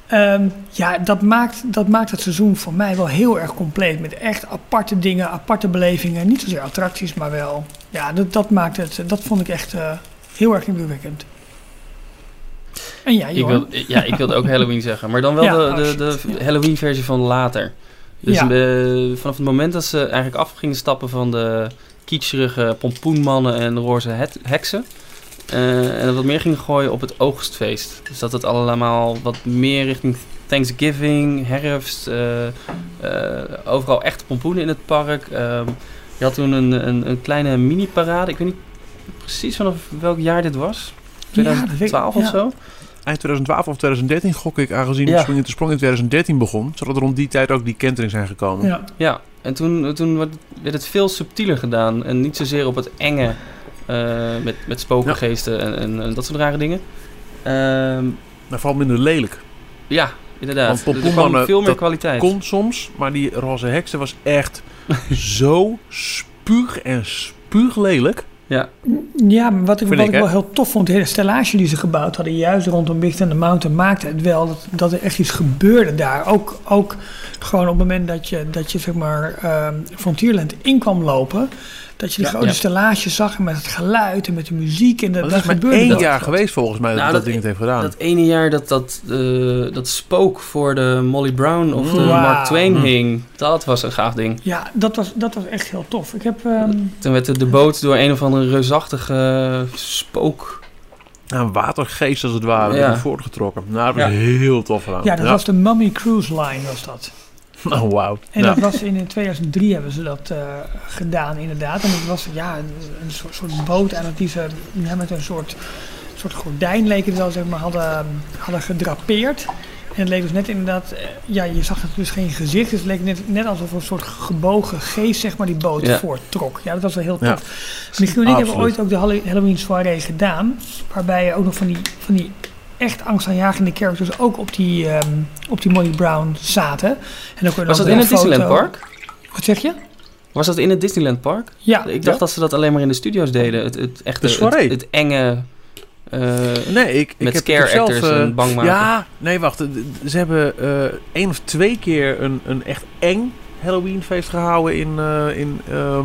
Dat maakt het seizoen voor mij wel heel erg compleet. Met echt aparte dingen, aparte belevingen. Niet zozeer attracties, maar wel... Ja, dat maakt het... Dat vond ik echt heel erg indrukwekkend. En jij, Johan? Ik wilde ook Halloween zeggen. Maar dan wel de Halloween versie van later. Dus vanaf het moment dat ze eigenlijk af gingen stappen van de kitscherige pompoenmannen en roze heksen. En dat wat meer gingen gooien op het oogstfeest. Dus dat het allemaal wat meer richting Thanksgiving, herfst. Overal echte pompoenen in het park. Je had toen een kleine mini-parade. Ik weet niet precies vanaf welk jaar dit was. 2012 of zo. Eind 2012 of 2013 gok ik, aangezien de sprong in 2013 begon. Zodat er rond die tijd ook die kentering zijn gekomen. Ja. En toen werd het veel subtieler gedaan. En niet zozeer op het enge met spookgeesten en dat soort rare dingen. Maar vooral minder lelijk. Ja, inderdaad. Want er kwam veel meer kwaliteit. Kon soms, maar die roze heksen was echt zo spuuglelijk. Ja, maar wat ik wel heel tof vond, de hele stellage die ze gebouwd hadden, juist rondom Big Thunder Mountain, maakte het wel dat er echt iets gebeurde daar. Ook gewoon op het moment dat je zeg maar Frontierland in kwam lopen, dat je die grote stellage zag met het geluid en met de muziek. En dat is maar 1 jaar geweest volgens mij dat ding het heeft gedaan. Dat ene jaar dat spook voor de Molly Brown of de Mark Twain hing, dat was een gaaf ding. Ja, dat was echt heel tof. Ik heb, toen werd de boot door een of andere reusachtige spook... Een watergeest als het ware, voortgetrokken. Nou, dat was heel tof gedaan. Ja, dat was de Mummy Cruise Line was dat. Oh, wauw. En dat was in 2003 hebben ze dat gedaan, inderdaad. En dat was een soort boot aan het die ze met een soort gordijn leek het wel, zeg maar, hadden gedrapeerd. En het leek dus net inderdaad, je zag dus geen gezicht. Dus het leek net alsof een soort gebogen geest, zeg maar, die boot voorttrok. Ja, dat was wel heel tof. Ja. Michiel en ik hebben ooit ook de Halloween soirée gedaan. Waarbij je ook nog van die echt angstaanjagende characters ook op die Molly Brown zaten. En dan was dat in het Disneyland Park? Wat zeg je? Was dat in het Disneyland Park? Ja. Ik dacht dat ze dat alleen maar in de studio's deden. Het enge... ik met heb scare zelf, actors en bang maken. Ja, nee, wacht. Ze hebben 1 of 2 keer een echt eng Halloween feest gehouden in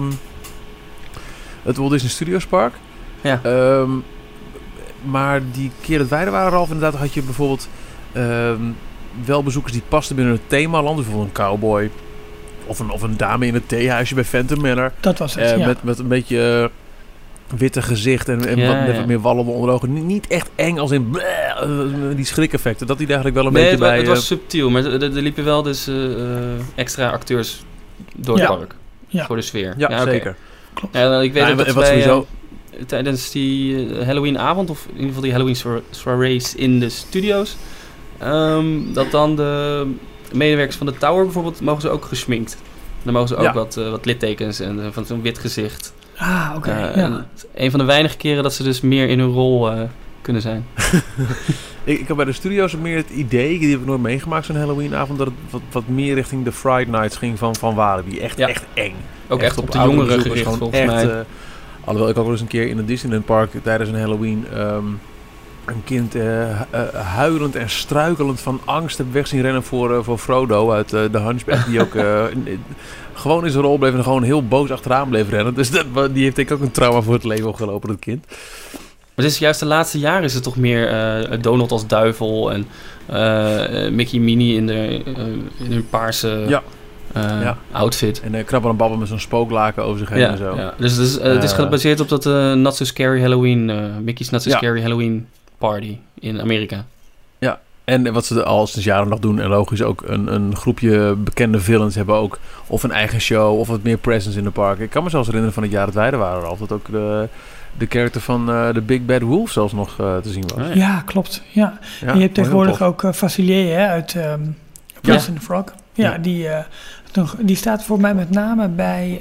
het Walt Disney Studios Park. Ja. Maar die keer dat wij er waren, Ralf, inderdaad had je bijvoorbeeld wel bezoekers die pasten binnen het themaland. Bijvoorbeeld een cowboy of een dame in het theehuisje bij Phantom Manor. Dat was het, met een beetje witte gezicht en wat meer wallende onder ogen. Niet echt eng als in die schrik-effecten. Dat die eigenlijk wel een beetje bij... het was subtiel, maar er liepen wel dus extra acteurs door het park. Ja. Voor de sfeer. Ja, zeker. Klopt. Ik weet ook dat wat sowieso... tijdens die Halloween-avond, of in ieder geval die Halloween-soirees in de studio's, dat dan de medewerkers van de Tower bijvoorbeeld, mogen ze ook geschminkt. Dan mogen ze ook wat littekens en van zo'n wit gezicht. Ah, oké. Een van de weinige keren dat ze dus meer in hun rol kunnen zijn. Ik heb bij de studio's meer het idee, die heb ik nooit meegemaakt, zo'n Halloween-avond, dat het wat meer richting de Fright Nights ging van Walibi. Echt eng. Ook echt op de jongeren gericht, volgens mij. Alhoewel ik ook wel eens een keer in het Disneyland Park tijdens een Halloween een kind huilend en struikelend van angst heb weg zien rennen voor Frodo uit de Hunchback. Die ook gewoon in zijn rol bleef en gewoon heel boos achteraan bleef rennen. Dus die heeft denk ik ook een trauma voor het leven opgelopen, dat kind. Maar het is juist de laatste jaren is het toch meer Donald als duivel en Mickey Minnie in hun paarse outfit. En Krabber en Babbel met zo'n spooklaken over zich heen en zo. Ja. Dus het is gebaseerd op dat Not So Scary Halloween, Mickey's Not So Scary Halloween Party in Amerika. Ja, en wat ze al sinds jaren nog doen, en logisch ook een groepje bekende villains hebben ook of een eigen show of wat meer presence in de park. Ik kan me zelfs herinneren van het jaar dat wij er waren er altijd ook de karakter van de Big Bad Wolf zelfs nog te zien was. Ja, klopt. Ja. En je hebt tegenwoordig ook Facilier uit Prince and the Frog. Ja, die staat voor mij met name bij...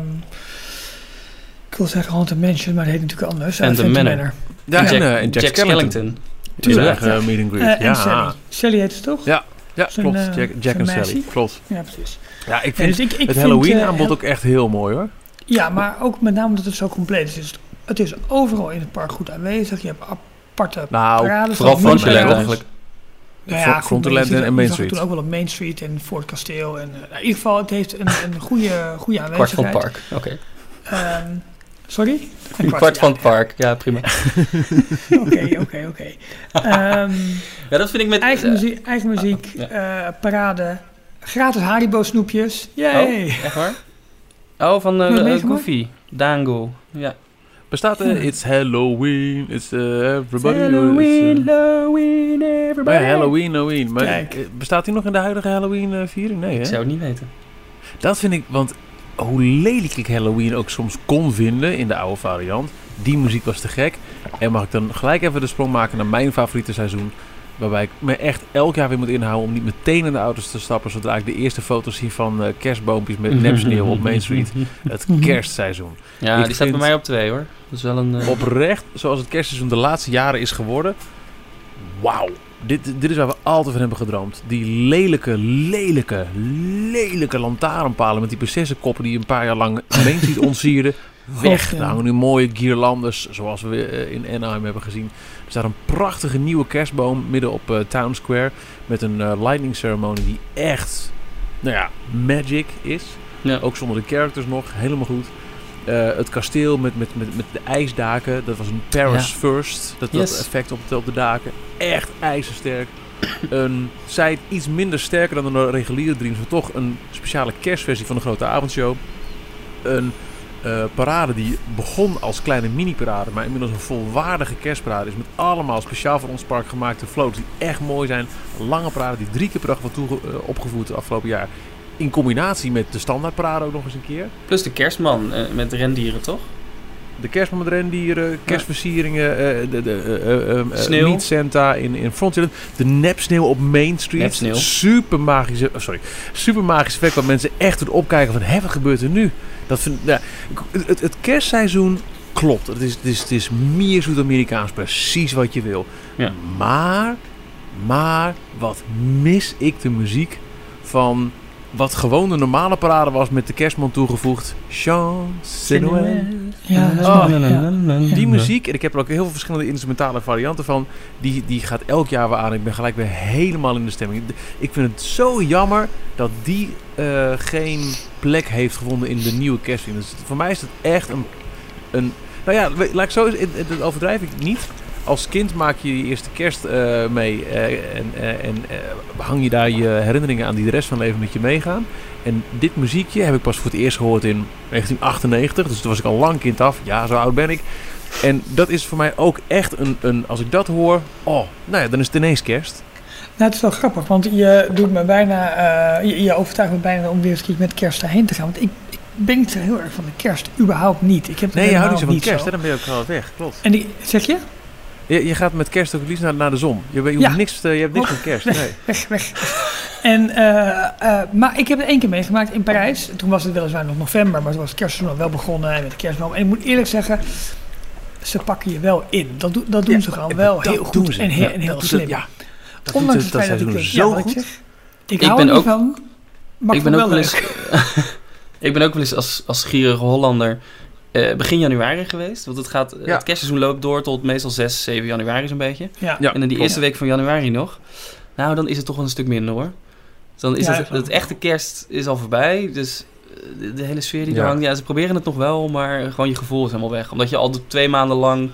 ik wil zeggen Haunted Mansion, maar dat heet natuurlijk anders. Phantom Manor. Ja, en Jack Skellington. Tuurlijk. Meet and greet. En Sally. Sally heet het toch? Ja, klopt. Jack en Sally. Klopt. Ja, precies. Ja, ik vind het Halloween-aanbod ook echt heel mooi, hoor. Ja, maar ook met name omdat het zo compleet is. Het is overal in het park goed aanwezig. Je hebt aparte parades. Vooral Frontierland eigenlijk. Ja, Frontierland en Main Street. Toen ook wel op Main Street en Fort Kasteel. En, in ieder geval, het heeft een goede aanwezigheid. Kwart van het park, oké. Sorry? Een kwart van het park, ja, prima. Oké. Ja, dat vind ik met... Eigen muziek, parade, gratis Haribo snoepjes. Yay! Oh, echt waar? Oh, van Goofy, Dango, ja. Bestaat It's Halloween, it's everybody. Halloween, everybody. Ja, Halloween. Maar bestaat die nog in de huidige Halloween-viering? Nee, hè? Ik zou het niet weten. Dat vind ik, want hoe lelijk ik Halloween ook soms kon vinden in de oude variant, die muziek was te gek. En mag ik dan gelijk even de sprong maken naar mijn favoriete seizoen, waarbij ik me echt elk jaar weer moet inhouden om niet meteen in de auto's te stappen zodra ik de eerste foto's zie van kerstboompjes met nepsneeuw op Main Street. Het kerstseizoen. Ja, die staat bij mij op 2, hoor. Dat is wel een... Oprecht, zoals het kerstseizoen de laatste jaren is geworden. Wauw. Dit is waar we altijd van hebben gedroomd. Die lelijke lantaarnpalen met die prinsessenkoppen die een paar jaar lang Main Street ontsierden. Weg. Er hangen nu mooie guirlandes, zoals we in Anaheim hebben gezien. Er staat een prachtige nieuwe kerstboom midden op Town Square met een lightning ceremony die echt, magic is. Ja. Ook zonder de characters nog, helemaal goed. Het kasteel met de ijsdaken, dat was een Paris First, dat effect op de daken. Echt ijzersterk. Een site iets minder sterker dan de reguliere Dreams, maar toch een speciale kerstversie van de grote avondshow. Een parade die begon als kleine mini-parade, maar inmiddels een volwaardige kerstparade is met allemaal speciaal voor ons park gemaakte floats die echt mooi zijn. Een lange parade die 3 keer per dag wordt opgevoerd het afgelopen jaar. In combinatie met de standaardparade ook nog eens een keer. Plus de kerstman met rendieren, toch? De kerstman met rendieren, kerstversieringen, sneeuw. Meet Santa in Frontierland. De nepsneeuw op Main Street. Super magisch effect waar mensen echt door opkijken van, wat gebeurt er nu? Het kerstseizoen klopt. Het is meer Zuid-Amerikaans, precies wat je wil. Ja. Maar wat mis ik de muziek van wat gewoon de normale parade was met de kerstman toegevoegd. Champs-Élysées. Die muziek, en ik heb er ook heel veel verschillende instrumentale varianten van, die gaat elk jaar weer aan. Ik ben gelijk weer helemaal in de stemming. Ik vind het zo jammer dat die geen plek heeft gevonden in de nieuwe kerstfilm. Dus voor mij is het echt een laat ik zo eens, dat overdrijf ik niet. Als kind maak je je eerste kerst mee en hang je daar je herinneringen aan die de rest van het leven met je meegaan. En dit muziekje heb ik pas voor het eerst gehoord in 1998, dus toen was ik al lang kind af. Ja, zo oud ben ik. En dat is voor mij ook echt als ik dat hoor, dan is het ineens kerst. Nou, het is wel grappig, want je doet me bijna, je overtuigt me bijna om weer eens een keer met kerst daarheen te gaan. Want ik ben niet zo heel erg van de kerst, überhaupt niet. Je houdt niet zo van kerst, hè? Dan ben je ook wel weg, klopt. En zeg je? Je gaat met kerst ook liefst naar de zon. Je hebt niks van kerst. Weg. En, maar ik heb het 1 keer meegemaakt in Parijs. Toen was het weliswaar nog november, maar toen was het kerstseizoen al wel begonnen met de kerstboom. En ik moet eerlijk zeggen, ze pakken je wel in. Dat doen ze gewoon wel heel goed en heel slim. Ja, ondanks het feit dat ik zo goed. Ik hou er niet van, maar ik ben ook wel eens. Ik ben ook wel eens als gierige Hollander begin januari geweest. Want het kerstseizoen loopt door tot meestal 6, 7 januari zo'n beetje. Ja. En dan die eerste week van januari nog. Nou, dan is het toch wel een stuk minder, hoor. Dan is het echte kerst is al voorbij. Dus de hele sfeer die er hangt. Ja, ze proberen het nog wel, maar gewoon je gevoel is helemaal weg. Omdat je al 2 maanden lang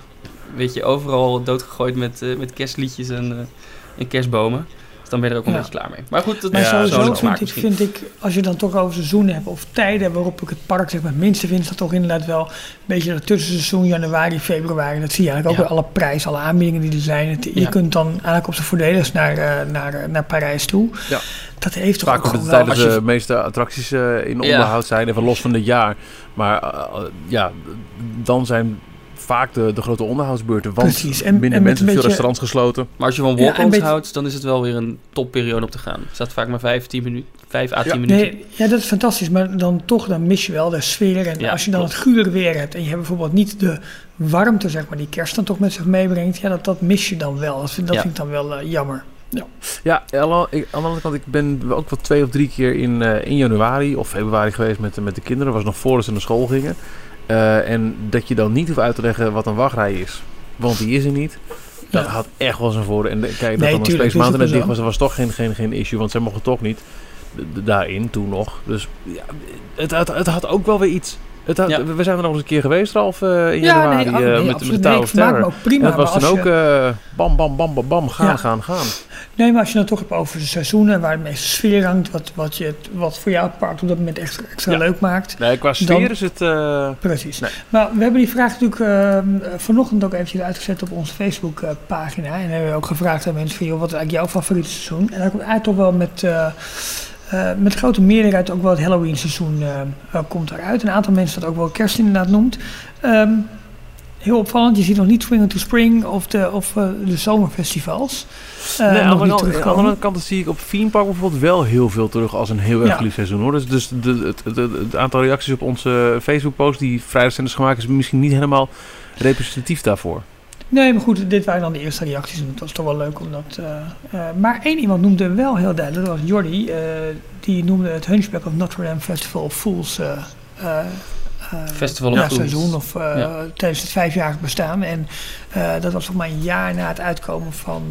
weet je, overal doodgegooid met kerstliedjes en kerstbomen. Dus dan ben je er ook een beetje klaar mee. Maar goed, dat maar sowieso vind ik, als je dan toch over seizoenen hebt of tijden waarop ik het park zeg maar het minste vind, is dat toch inderdaad wel een beetje dat tussenseizoen, januari, februari. Dat zie je eigenlijk ook bij alle prijzen, alle aanbiedingen die er zijn. Je kunt dan eigenlijk op z'n voordeligst naar Parijs toe. Ja. Dat heeft toch vaak ook de tijdens de meeste attracties in onderhoud zijn, even los van het jaar. Maar dan zijn vaak de grote onderhoudsbeurten, want precies. Minder mensen, veel restaurants gesloten. Maar als je van walk-ons houdt, dan is het wel weer een topperiode op te gaan. Er staat vaak maar 5 à 10 minuten. Nee, dat is fantastisch, maar dan mis je wel de sfeer. En als je dan het gure weer hebt en je hebt bijvoorbeeld niet de warmte, zeg maar, die kerst dan toch met zich meebrengt, dat mis je dan wel. Dat vind ik dan wel jammer. Ja, aan de andere kant, ik ben ook wel 2 of 3 keer in januari of februari geweest met de kinderen. Dat was nog voor ze naar school gingen. En dat je dan niet hoeft uit te leggen wat een wachtrij is. Want die is er niet. Dat had echt wel zijn voordeel. En kijk, dat dan een Space Mountain net dicht was, dat was toch geen issue. Want zij mochten toch niet daarin toen nog. Dus ja, het had ook wel weer iets. We zijn er nog eens een keer geweest, Ralf, in januari met de Tower of Terror. Ook prima, en het was dan ook bam, bam, bam, bam, bam, gaan. Nee, maar als je dan toch hebt over de seizoenen waar de meeste sfeer hangt, wat voor jou het park op dat moment extra leuk maakt. Nee, qua sfeer is het... Precies. Nee. Maar we hebben die vraag natuurlijk vanochtend ook eventjes uitgezet op onze Facebook-pagina. En hebben we ook gevraagd aan mensen van, joh, wat is eigenlijk jouw favoriete seizoen? En daar komt eigenlijk toch wel met grote meerderheid ook wel het Halloween seizoen komt eruit. Een aantal mensen dat ook wel kerst inderdaad noemt. Heel opvallend, je ziet nog niet Swing into Spring of de zomerfestivals. Aan de andere kant zie ik op Theme Park bijvoorbeeld wel heel veel terug als een heel erg geliefd seizoen, hoor. Dus het aantal reacties op onze Facebook-post die vrijdag zijn gemaakt is misschien niet helemaal representatief daarvoor. Nee, maar goed, dit waren dan de eerste reacties en het was toch wel leuk om dat... maar één iemand noemde wel heel duidelijk, dat was Jordi, die noemde het Hunchback of Notre Dame Festival of Fools Festival of Fools. Seizoen of tijdens het 5-jarig bestaan. En dat was nog maar een jaar na het uitkomen van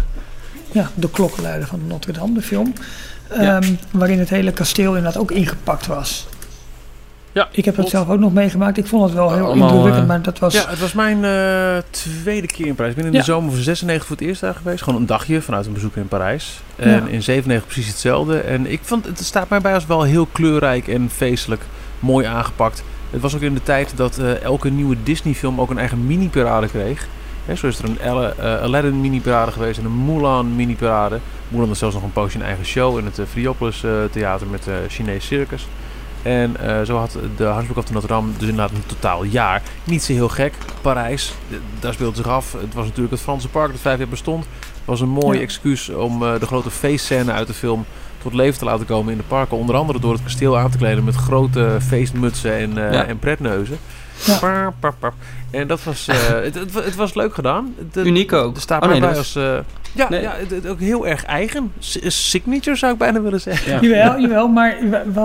De Klokkenluider van Notre Dame, de film. Waarin het hele kasteel inderdaad ook ingepakt was. Ja, ik heb dat zelf ook nog meegemaakt. Ik vond het wel heel indrukwekkend, maar dat was... Ja, het was mijn tweede keer in Parijs. Ik ben in de zomer van 96 voor het eerst daar geweest. Gewoon een dagje vanuit een bezoek in Parijs. En in 97 precies hetzelfde. En ik vond, het staat mij bij als wel heel kleurrijk en feestelijk. Mooi aangepakt. Het was ook in de tijd dat elke nieuwe Disney-film ook een eigen mini-parade kreeg. Zo is er een Aladdin mini-parade geweest en een Mulan mini-parade. Mulan had zelfs nog een poosje een eigen show in het Friopolis Theater met Chinees circus. En zo had de Hunchback of Notre Dame dus inderdaad een totaal jaar. Niet zo heel gek. Parijs, daar speelt zich af. Het was natuurlijk het Franse park dat 5 jaar bestond. Het was een mooi excuus om de grote feestscène uit de film tot leven te laten komen in de parken. Onder andere door het kasteel aan te kleden met grote feestmutsen en pretneuzen. Ja. En dat was, het was leuk gedaan. Uniek ook. Er staat bij als... het ook heel erg eigen. Signature zou ik bijna willen zeggen. Ja. Jawel, maar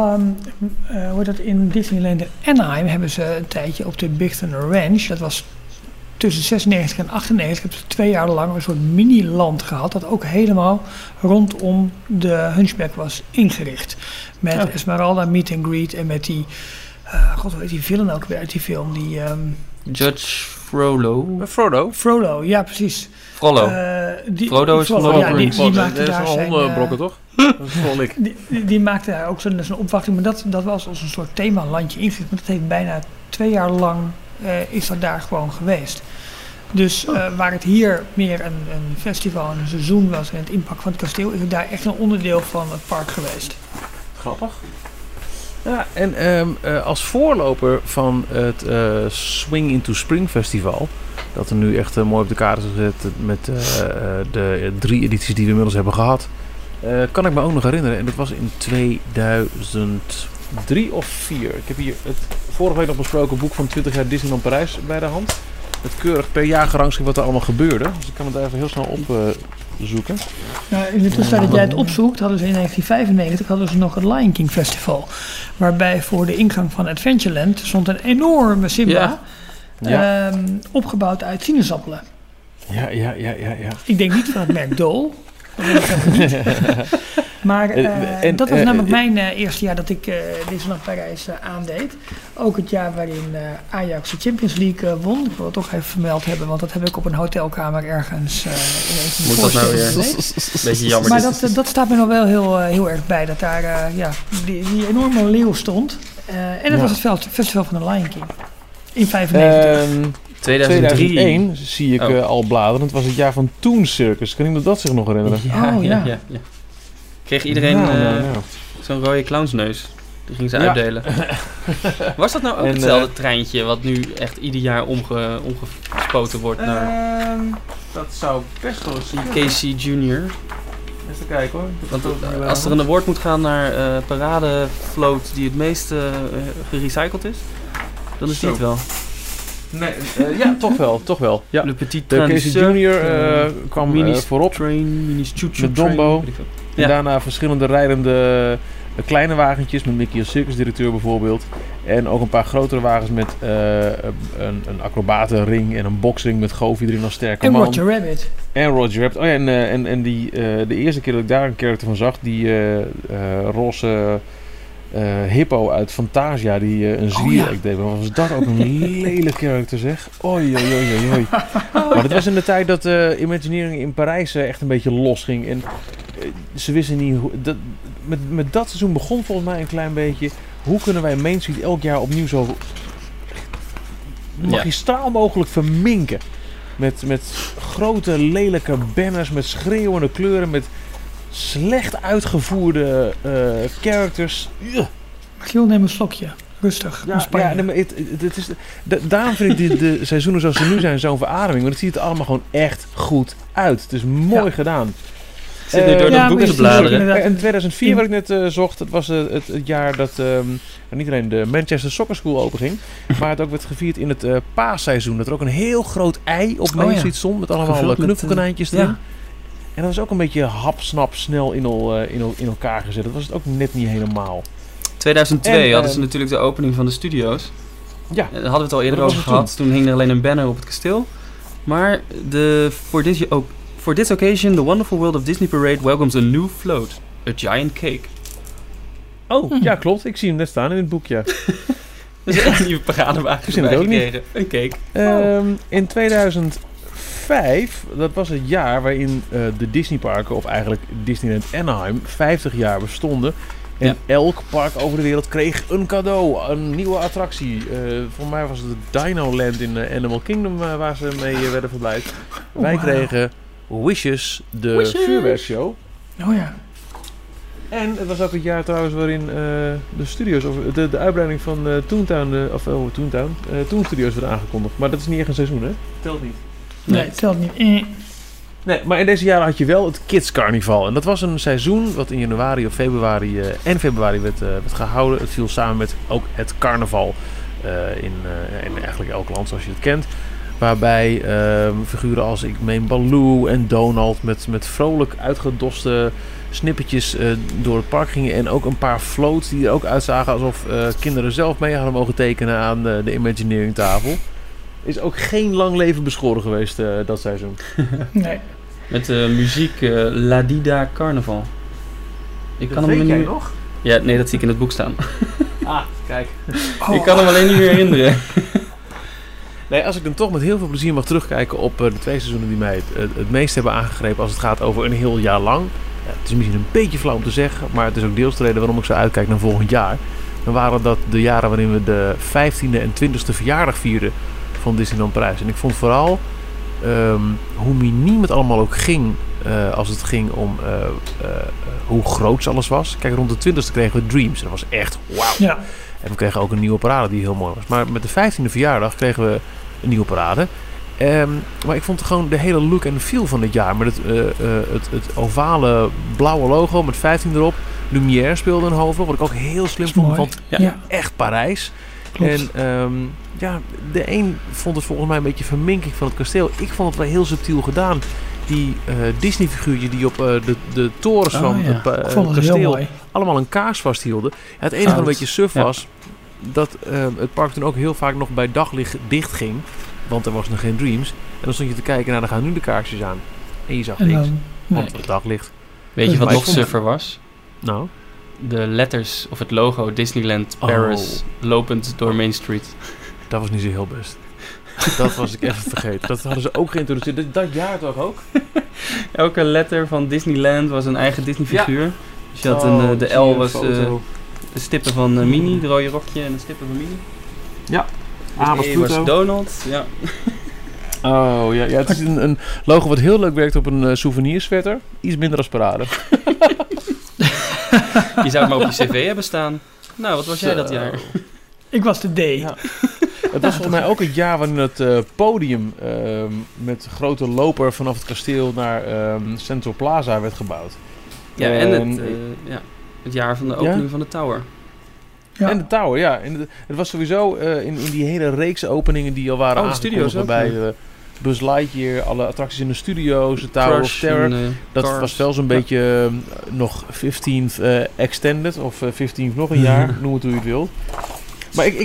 hoe dat in Disneyland in Anaheim hebben ze een tijdje op de Big Thunder Ranch. Dat was tussen 96 en 98. Hebben ze 2 jaar lang een soort mini-land gehad. Dat ook helemaal rondom de Hunchback was ingericht. Met Esmeralda Meet and Greet en met die... God, hoe heet die villain ook weer uit die film? Die, Judge Frollo. Frodo, ja precies. Frodo is Frodo. Ja, die maakte daar zijn... hondenbrokken, toch? Dat is ik. Die maakte daar ook zo'n opwachting. Maar dat was als een soort themalandje ingericht. Maar dat heeft bijna 2 jaar lang is dat daar gewoon geweest. Dus waar het hier meer een festival en een seizoen was en het inpakken van het kasteel, is het daar echt een onderdeel van het park geweest. Grappig. Ja, en als voorloper van het Swing into Spring Festival, dat er nu echt mooi op de kaart is gezet met de 3 edities die we inmiddels hebben gehad, kan ik me ook nog herinneren. En dat was in 2003 of 4. Ik heb hier het vorige week nog besproken boek van 20 jaar Disneyland Parijs bij de hand. Het keurig per jaar gerangschikt wat er allemaal gebeurde. Dus ik kan het even heel snel opzoeken. In de tussentijd dat jij het opzoekt, hadden ze in 1995 nog het Lion King Festival. Waarbij voor de ingang van Adventureland stond een enorme Simba. Opgebouwd uit sinaasappelen. Ja. Ik denk niet van het merk Dole. Maar dat was namelijk mijn eerste jaar dat ik Disneyland Parijs aandeed. Ook het jaar waarin Ajax de Champions League won. Ik wil het toch even vermeld hebben, want dat heb ik op een hotelkamer ergens ineens Moet dat nou weer? Beetje jammer. Maar dat staat me nog wel heel erg bij, dat daar die enorme leeuw stond. En dat was het festival van de Lion King. In 1995. 2001 zie ik al bladeren. Het was het jaar van Toon Circus. Kan iemand dat zich nog herinneren? Ja. Kreeg iedereen zo'n rode clownsneus? Die ging ze uitdelen. Was dat nou ook hetzelfde treintje wat nu echt ieder jaar omgespoten wordt naar... dat zou best wel eens Casey Jr. Even kijken hoor. Want als er een award moet gaan naar paradefloat die het meest gerecycled is, dan is dit wel. Nee, toch wel. Ja. Le Petit Casey Jr. kwam voorop met Dumbo. En daarna verschillende rijdende kleine wagentjes met Mickey als circusdirecteur bijvoorbeeld. En ook een paar grotere wagens met een acrobatenring en een boksring met Goofy erin als sterke man. En Roger Rabbit. Oh ja, en de eerste keer dat ik daar een karakter van zag, die roze hippo uit Fantasia, die een zwierik deed. Maar was dat ook een lelijk karakter zeg. Oei. Maar dat was in de tijd dat Imagineering in Parijs echt een beetje los ging. En ze wisten niet hoe... Met dat seizoen begon volgens mij een klein beetje... Hoe kunnen wij Main Street elk jaar opnieuw zo magistraal mogelijk verminken? Met grote lelijke banners, met schreeuwende kleuren, met slecht uitgevoerde characters. Giel, neem een slokje. Rustig. Daarom vind ik de seizoenen zoals ze nu zijn zo'n verademing. Want het ziet er allemaal gewoon echt goed uit. Het is mooi gedaan. Ik zit nu door dat boek te bladeren. In 2004, wat ik net zocht, het was het jaar dat niet alleen de Manchester Soccer School openging, maar het ook werd gevierd in het paasseizoen. Dat er ook een heel groot ei op Main Street stond, met allemaal knuffelkonijntjes erin. En dat was ook een beetje hap, snel in elkaar gezet. Dat was het ook net niet helemaal. 2002 hadden ze natuurlijk de opening van de studio's. Ja. Daar hadden we het al eerder over gehad. Toen hing er alleen een banner op het kasteel. Maar for this occasion, the Wonderful World of Disney Parade welcomes a new float. A giant cake. Oh, ja klopt. Ik zie hem net staan in het boekje. Dat is echt een nieuwe paradewagen gekregen. Een cake. In 2005, dat was het jaar waarin de Disneyparken, of eigenlijk Disneyland Anaheim, 50 jaar bestonden. En elk park over de wereld kreeg een cadeau, een nieuwe attractie. Voor mij was het de Dino Land in Animal Kingdom waar ze mee werden verblijd. Wij kregen Wishes, de vuurwerkshow. Oh ja. En het was ook het jaar trouwens waarin de studios, of de uitbreiding van Toontown Studios werd aangekondigd. Maar dat is niet echt een seizoen, hè? Telt niet. Nee, telt niet. Nee, maar in deze jaren had je wel het Kids Carnival. En dat was een seizoen wat in januari of februari werd gehouden. Het viel samen met ook het carnaval in eigenlijk elk land zoals je het kent. Waarbij figuren als ik meen Baloo en Donald met vrolijk uitgedoste snippertjes door het park gingen. En ook een paar floats die er ook uitzagen alsof kinderen zelf mee hadden mogen tekenen aan de Imagineering tafel. Is ook geen lang leven beschoren geweest dat seizoen. Nee. Met muziek La Dida Carnaval. Ik kan hem niet nog? Ja, nee, dat zie ik in het boek staan. Kijk. Ik kan hem alleen niet meer herinneren. Nee, als ik dan toch met heel veel plezier mag terugkijken op de 2 seizoenen die mij het meest hebben aangegrepen als het gaat over een heel jaar lang. Het is misschien een beetje flauw om te zeggen, maar het is ook deels de reden waarom ik zo uitkijk naar volgend jaar. Dan waren dat de jaren waarin we de 15e en 20e verjaardag vierden van Disneyland Parijs. En ik vond vooral hoe miniem het allemaal ook ging als het ging om hoe groot alles was. Kijk, rond de 20e kregen we Dreams. En dat was echt wauw. Ja. En we kregen ook een nieuwe parade die heel mooi was. Maar met de 15e verjaardag kregen we een nieuwe parade. Maar ik vond gewoon de hele look en feel van dit jaar. Met het ovale blauwe logo met 15 erop. Lumière speelde een hoofdrol. Wat ik ook heel slim vond. Want echt Parijs. Klopt. En de een vond het volgens mij een beetje verminking van het kasteel. Ik vond het wel heel subtiel gedaan. Die Disney-figuurtjes die op de torens van het kasteel allemaal een kaars vasthielden. Het enige wat een beetje suf was, dat het park toen ook heel vaak nog bij daglicht dicht ging. Want er was nog geen Dreams. En dan stond je te kijken, dan gaan nu de kaarsjes aan. En je zag niks. Want het daglicht. Weet je wat nog suffer was? Nou? De letters of het logo Disneyland Paris lopend door Main Street. Dat was niet zo heel best. Dat was ik even vergeten. Dat hadden ze ook geïntroduceerd. Dat jaar toch ook? Elke letter van Disneyland was een eigen Disney figuur. Ja. Dus je had de L was de stippen van Minnie, de rode rokje en de stippen van Minnie. Ja. A was Pluto. Was Donald, ja. Oh ja, het is een logo wat heel leuk werkt op een souvenirswetter. Iets minder als parade. Je zou het maar op je cv hebben staan. Nou, wat was jij dat jaar? Ik was de D. Ja. Het was volgens mij ook het jaar waarin het podium met grote loper vanaf het kasteel naar Central Plaza werd gebouwd. Ja, en het jaar van de opening van de Tower. Ja. En de Tower, ja. En het was sowieso in die hele reeks openingen die al waren aangekondigd. Waarbij Buzz Lightyear, alle attracties in de studio's, de Tower of Terror. Dat Cars. Was wel zo'n beetje nog 15th extended of 15th nog een jaar, noem het hoe je het wilt. Maar ik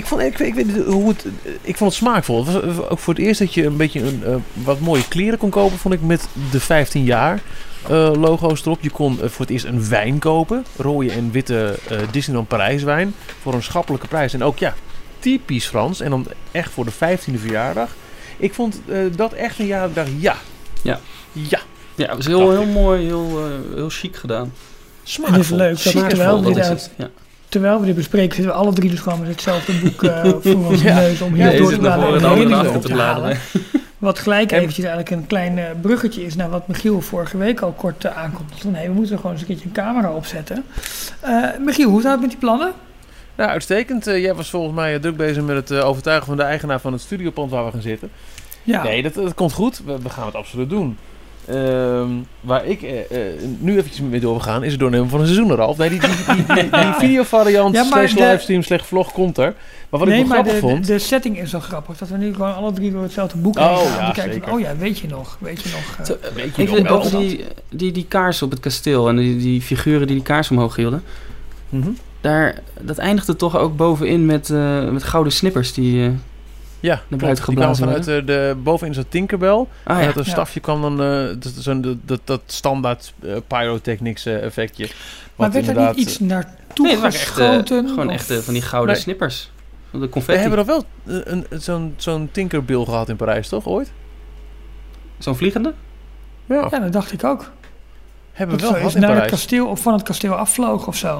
vond het smaakvol. Het was ook voor het eerst dat je een beetje wat mooie kleren kon kopen, vond ik, met de 15 jaar logo's erop. Je kon voor het eerst een wijn kopen. Rode en witte Disneyland Parijs wijn. Voor een schappelijke prijs. En ook typisch Frans. En dan echt voor de 15e verjaardag. Ik vond dat echt een jaar dat ik dacht, ja. Ja, het was heel mooi, heel chic gedaan. Smaakvol. Het is leuk dat terwijl we dit bespreken, zitten we alle drie dus gewoon met hetzelfde boek voor onze neus om hier door te halen. Wat gelijk eventjes eigenlijk een klein bruggetje is naar wat Michiel vorige week al kort aankondigde. Van we moeten gewoon eens een keertje een camera opzetten. Michiel, hoe staat het met die plannen? Nou, uitstekend. Jij was volgens mij druk bezig met het overtuigen van de eigenaar van het studiopand waar we gaan zitten. Ja. Nee, dat komt goed. We gaan het absoluut doen. Waar ik nu eventjes mee door wil gaan, is het doornemen van een seizoen, Ralf. Nee, die videovariant / livestream / vlog komt er. Maar wat ik wel grappig vond... de setting is zo grappig, dat we nu gewoon alle drie door hetzelfde boek heen gaan. Kijken, weet je nog? Even over die kaars op het kasteel en die figuren die kaars omhoog hielden. Mm-hmm. Dat eindigde toch ook bovenin met gouden snippers die... Ja, naar buiten geblazen vanuit bovenin zo'n Tinkerbell. En dat een stafje kwam dan dat standaard pyrotechnics effectje. Maar werd er niet iets naartoe geschoten? Gewoon echt van die gouden snippers. De confetti. We hebben nog wel zo'n Tinkerbell gehad in Parijs, toch? Ooit? Zo'n vliegende? Ja, dat dacht ik ook. Hebben we wel gehad in Parijs. Het kasteel of van het kasteel afvloog of zo.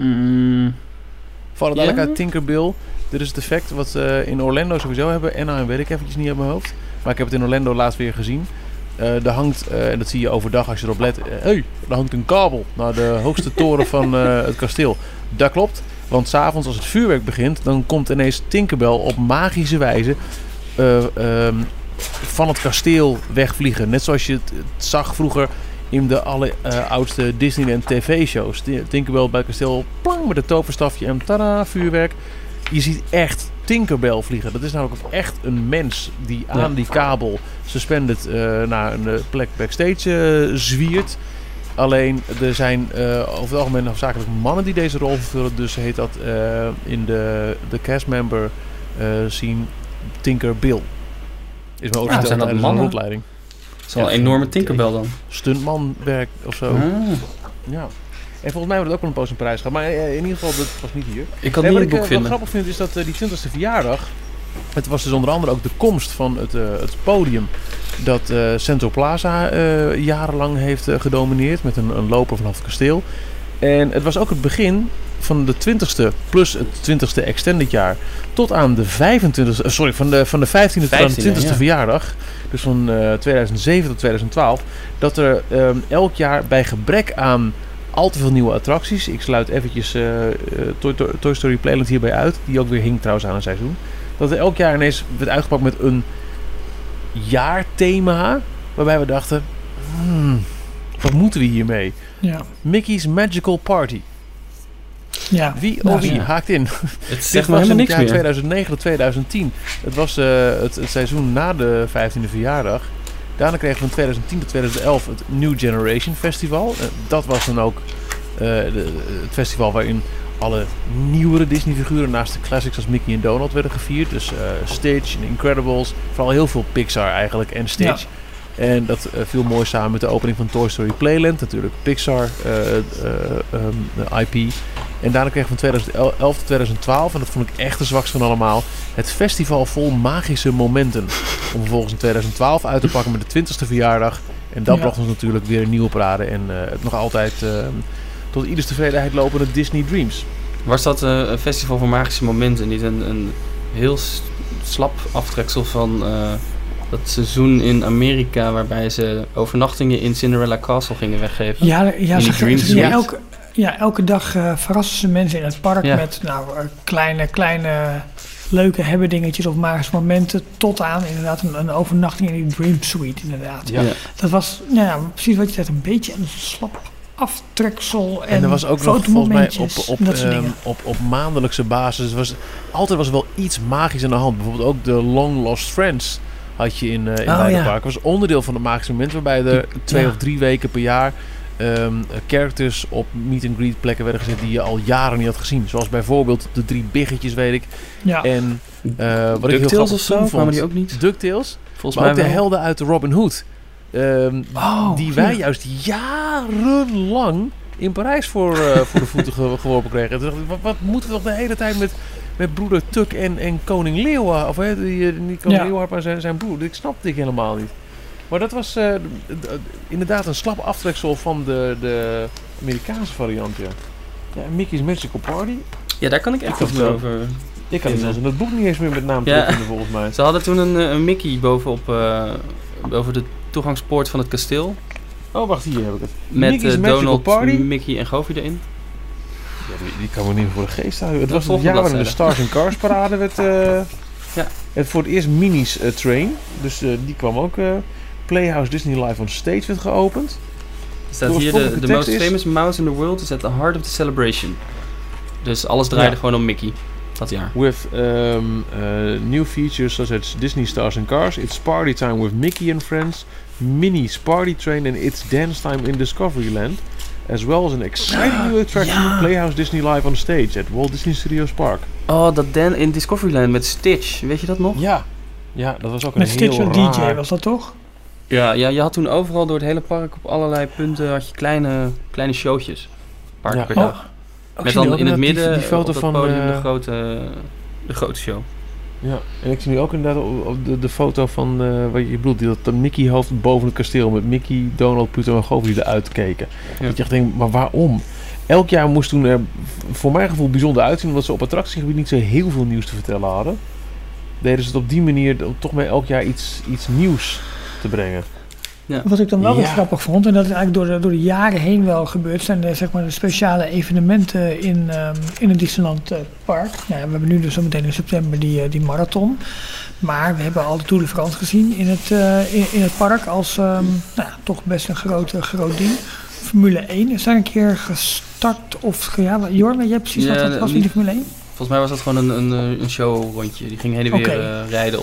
Voor het uit Tinkerbell. Dit is het effect wat we in Orlando sowieso hebben. En weet ik eventjes niet uit mijn hoofd. Maar ik heb het in Orlando laatst weer gezien. Er hangt, en dat zie je overdag als je erop let. Er hangt een kabel naar de hoogste toren van het kasteel. Dat klopt. Want 's avonds als het vuurwerk begint, dan komt ineens Tinkerbell op magische wijze van het kasteel wegvliegen. Net zoals je het zag vroeger in de alleroudste Disneyland TV-shows. Tinkerbell bij het kasteel, plang met het toverstafje en tada, vuurwerk. Je ziet echt Tinkerbell vliegen. Dat is namelijk ook echt een mens die aan die kabel suspended naar een plek backstage zwiert. Alleen er zijn over het algemeen hoofdzakelijk mannen die deze rol vervullen. Dus heet dat in de castmember scene Tinkerbell. Is me ook verteld tijdens een rondleiding. Dat is wel een enorme Tinkerbell dan. Stuntmanwerk of zo. Ja. En volgens mij wordt het ook wel een poos in Parijs gehad. Maar in ieder geval, dat was niet hier. Ik kan niet het boek vinden. Wat ik grappig vind is dat die 20e verjaardag... Het was dus onder andere ook de komst van het podium... dat Central Plaza jarenlang heeft gedomineerd... met een loper vanaf het kasteel. En het was ook het begin van de 20e... plus het 20e extended jaar... tot aan de 25e... Sorry, van de 15e tot aan de 20e verjaardag... dus van 2007 tot 2012... dat er elk jaar bij gebrek aan... al te veel nieuwe attracties. Ik sluit eventjes Toy Story Playland hierbij uit. Die ook weer hing trouwens aan een seizoen. Dat er elk jaar ineens werd uitgepakt met een jaarthema. Waarbij we dachten... wat moeten we hiermee? Ja. Mickey's Magical Party. Ja. Wie haakt in? Het zegt maar helemaal niks meer. 2009 tot 2010. Het was het seizoen na de 15e verjaardag. Daarna kregen we van 2010 tot 2011 het New Generation Festival. Dat was dan ook het festival waarin alle nieuwere Disney-figuren naast de classics als Mickey en Donald werden gevierd. Dus Stitch en Incredibles. Vooral heel veel Pixar eigenlijk en Stitch. En dat viel mooi samen met de opening van Toy Story Playland. Natuurlijk Pixar IP. En daarna kregen we van 2011 tot 2012, en dat vond ik echt de zwakste van allemaal, het festival vol magische momenten. Om vervolgens in 2012 uit te pakken met de 20ste verjaardag. En dat bracht ons natuurlijk weer een nieuwe parade. En het nog altijd tot ieders tevredenheid lopende Disney Dreams. Was dat een festival voor magische momenten? Niet een heel slap aftreksel van dat seizoen in Amerika waarbij ze overnachtingen in Cinderella Castle gingen weggeven? Elke dag verrassen ze mensen in het park met kleine leuke hebbedingetjes of magische momenten, tot aan inderdaad een overnachting in die Dream Suite inderdaad. Ja. Dat was precies wat je zegt, een beetje een slap aftreksel en er was ook nog volgens mij op maandelijkse basis was er wel iets magisch aan de hand. Bijvoorbeeld ook de Long Lost Friends had je in beide parken. Dat was onderdeel van het magische moment waarbij er 2 of 3 weken per jaar characters op meet-and-greet plekken werden gezet die je al jaren niet had gezien. Zoals bijvoorbeeld de 3 biggetjes, weet ik. Ja. En wat ik heel grappig of zo, vond, die ook niet. DuckTales. Volgens mij ook de helden uit de Robin Hood. Die wij juist jarenlang in Parijs voor de voeten geworpen kregen. Toen dacht ik, wat moeten we toch de hele tijd met broeder Tuk en koning Leeuward, of niet koning Leeuward, maar zijn broer. Ik snapte ik helemaal niet. Maar dat was inderdaad een slap aftreksel van de Amerikaanse variant, ja. Mickey's Magical Party. Ja, daar kan ik echt wat over. Ik kan het zelfs in dat boek niet eens meer met naam terugvinden, volgens mij. Ze hadden toen een Mickey boven de toegangspoort van het kasteel. Oh, wacht, hier heb ik het. Met Donald, Party. Mickey en Goofy erin. Ja, die kan me niet meer voor de geest houden. Het was het jaar waarin de Stars and Cars parade werd... Het voor het eerst Minnie's Train. Dus die kwam ook... Playhouse Disney Live on Stage werd geopend. Er staat hier de most famous mouse in the world is at the heart of the celebration. Dus alles draaide gewoon om Mickey dat jaar. With new features such as Disney Stars and Cars, It's Party Time with Mickey and Friends, Minnie's Party Train and It's Dance Time in Discoveryland, as well as an exciting new attraction, Playhouse Disney Live on Stage at Walt Disney Studios Park. Oh, dat in Discoveryland met Stitch, weet je dat nog? Ja, dat was ook met een Stitch heel en DJ was dat toch? Ja, je had toen overal door het hele park op allerlei punten had je kleine showtjes. Een paar keer per dag. Met dan in het midden die foto op van podium de grote show. Ja, en ik zie nu ook inderdaad op de foto van wat je bedoelt, dat Mickey hoofd boven het kasteel met Mickey, Donald, Pluto en Goofy die eruit keken. Ja. Dat je echt denkt, maar waarom? Elk jaar moest toen er voor mijn gevoel bijzonder uitzien, omdat ze op attractiegebied niet zo heel veel nieuws te vertellen hadden. Deden ze het op die manier toch maar elk jaar iets nieuws te brengen. Ja. Wat ik dan wel wat grappig vond, en dat is eigenlijk door de jaren heen wel gebeurd, zijn de speciale evenementen in het Disneyland Park. Nou, we hebben nu dus zo meteen in september die marathon. Maar we hebben al de Tour de France gezien in het park als toch best een groot ding. Formule 1 is daar een keer gestart. Jorn, weet jij precies wat dat was in de Formule 1? Volgens mij was dat gewoon een showrondje. Die ging heen en weer rijden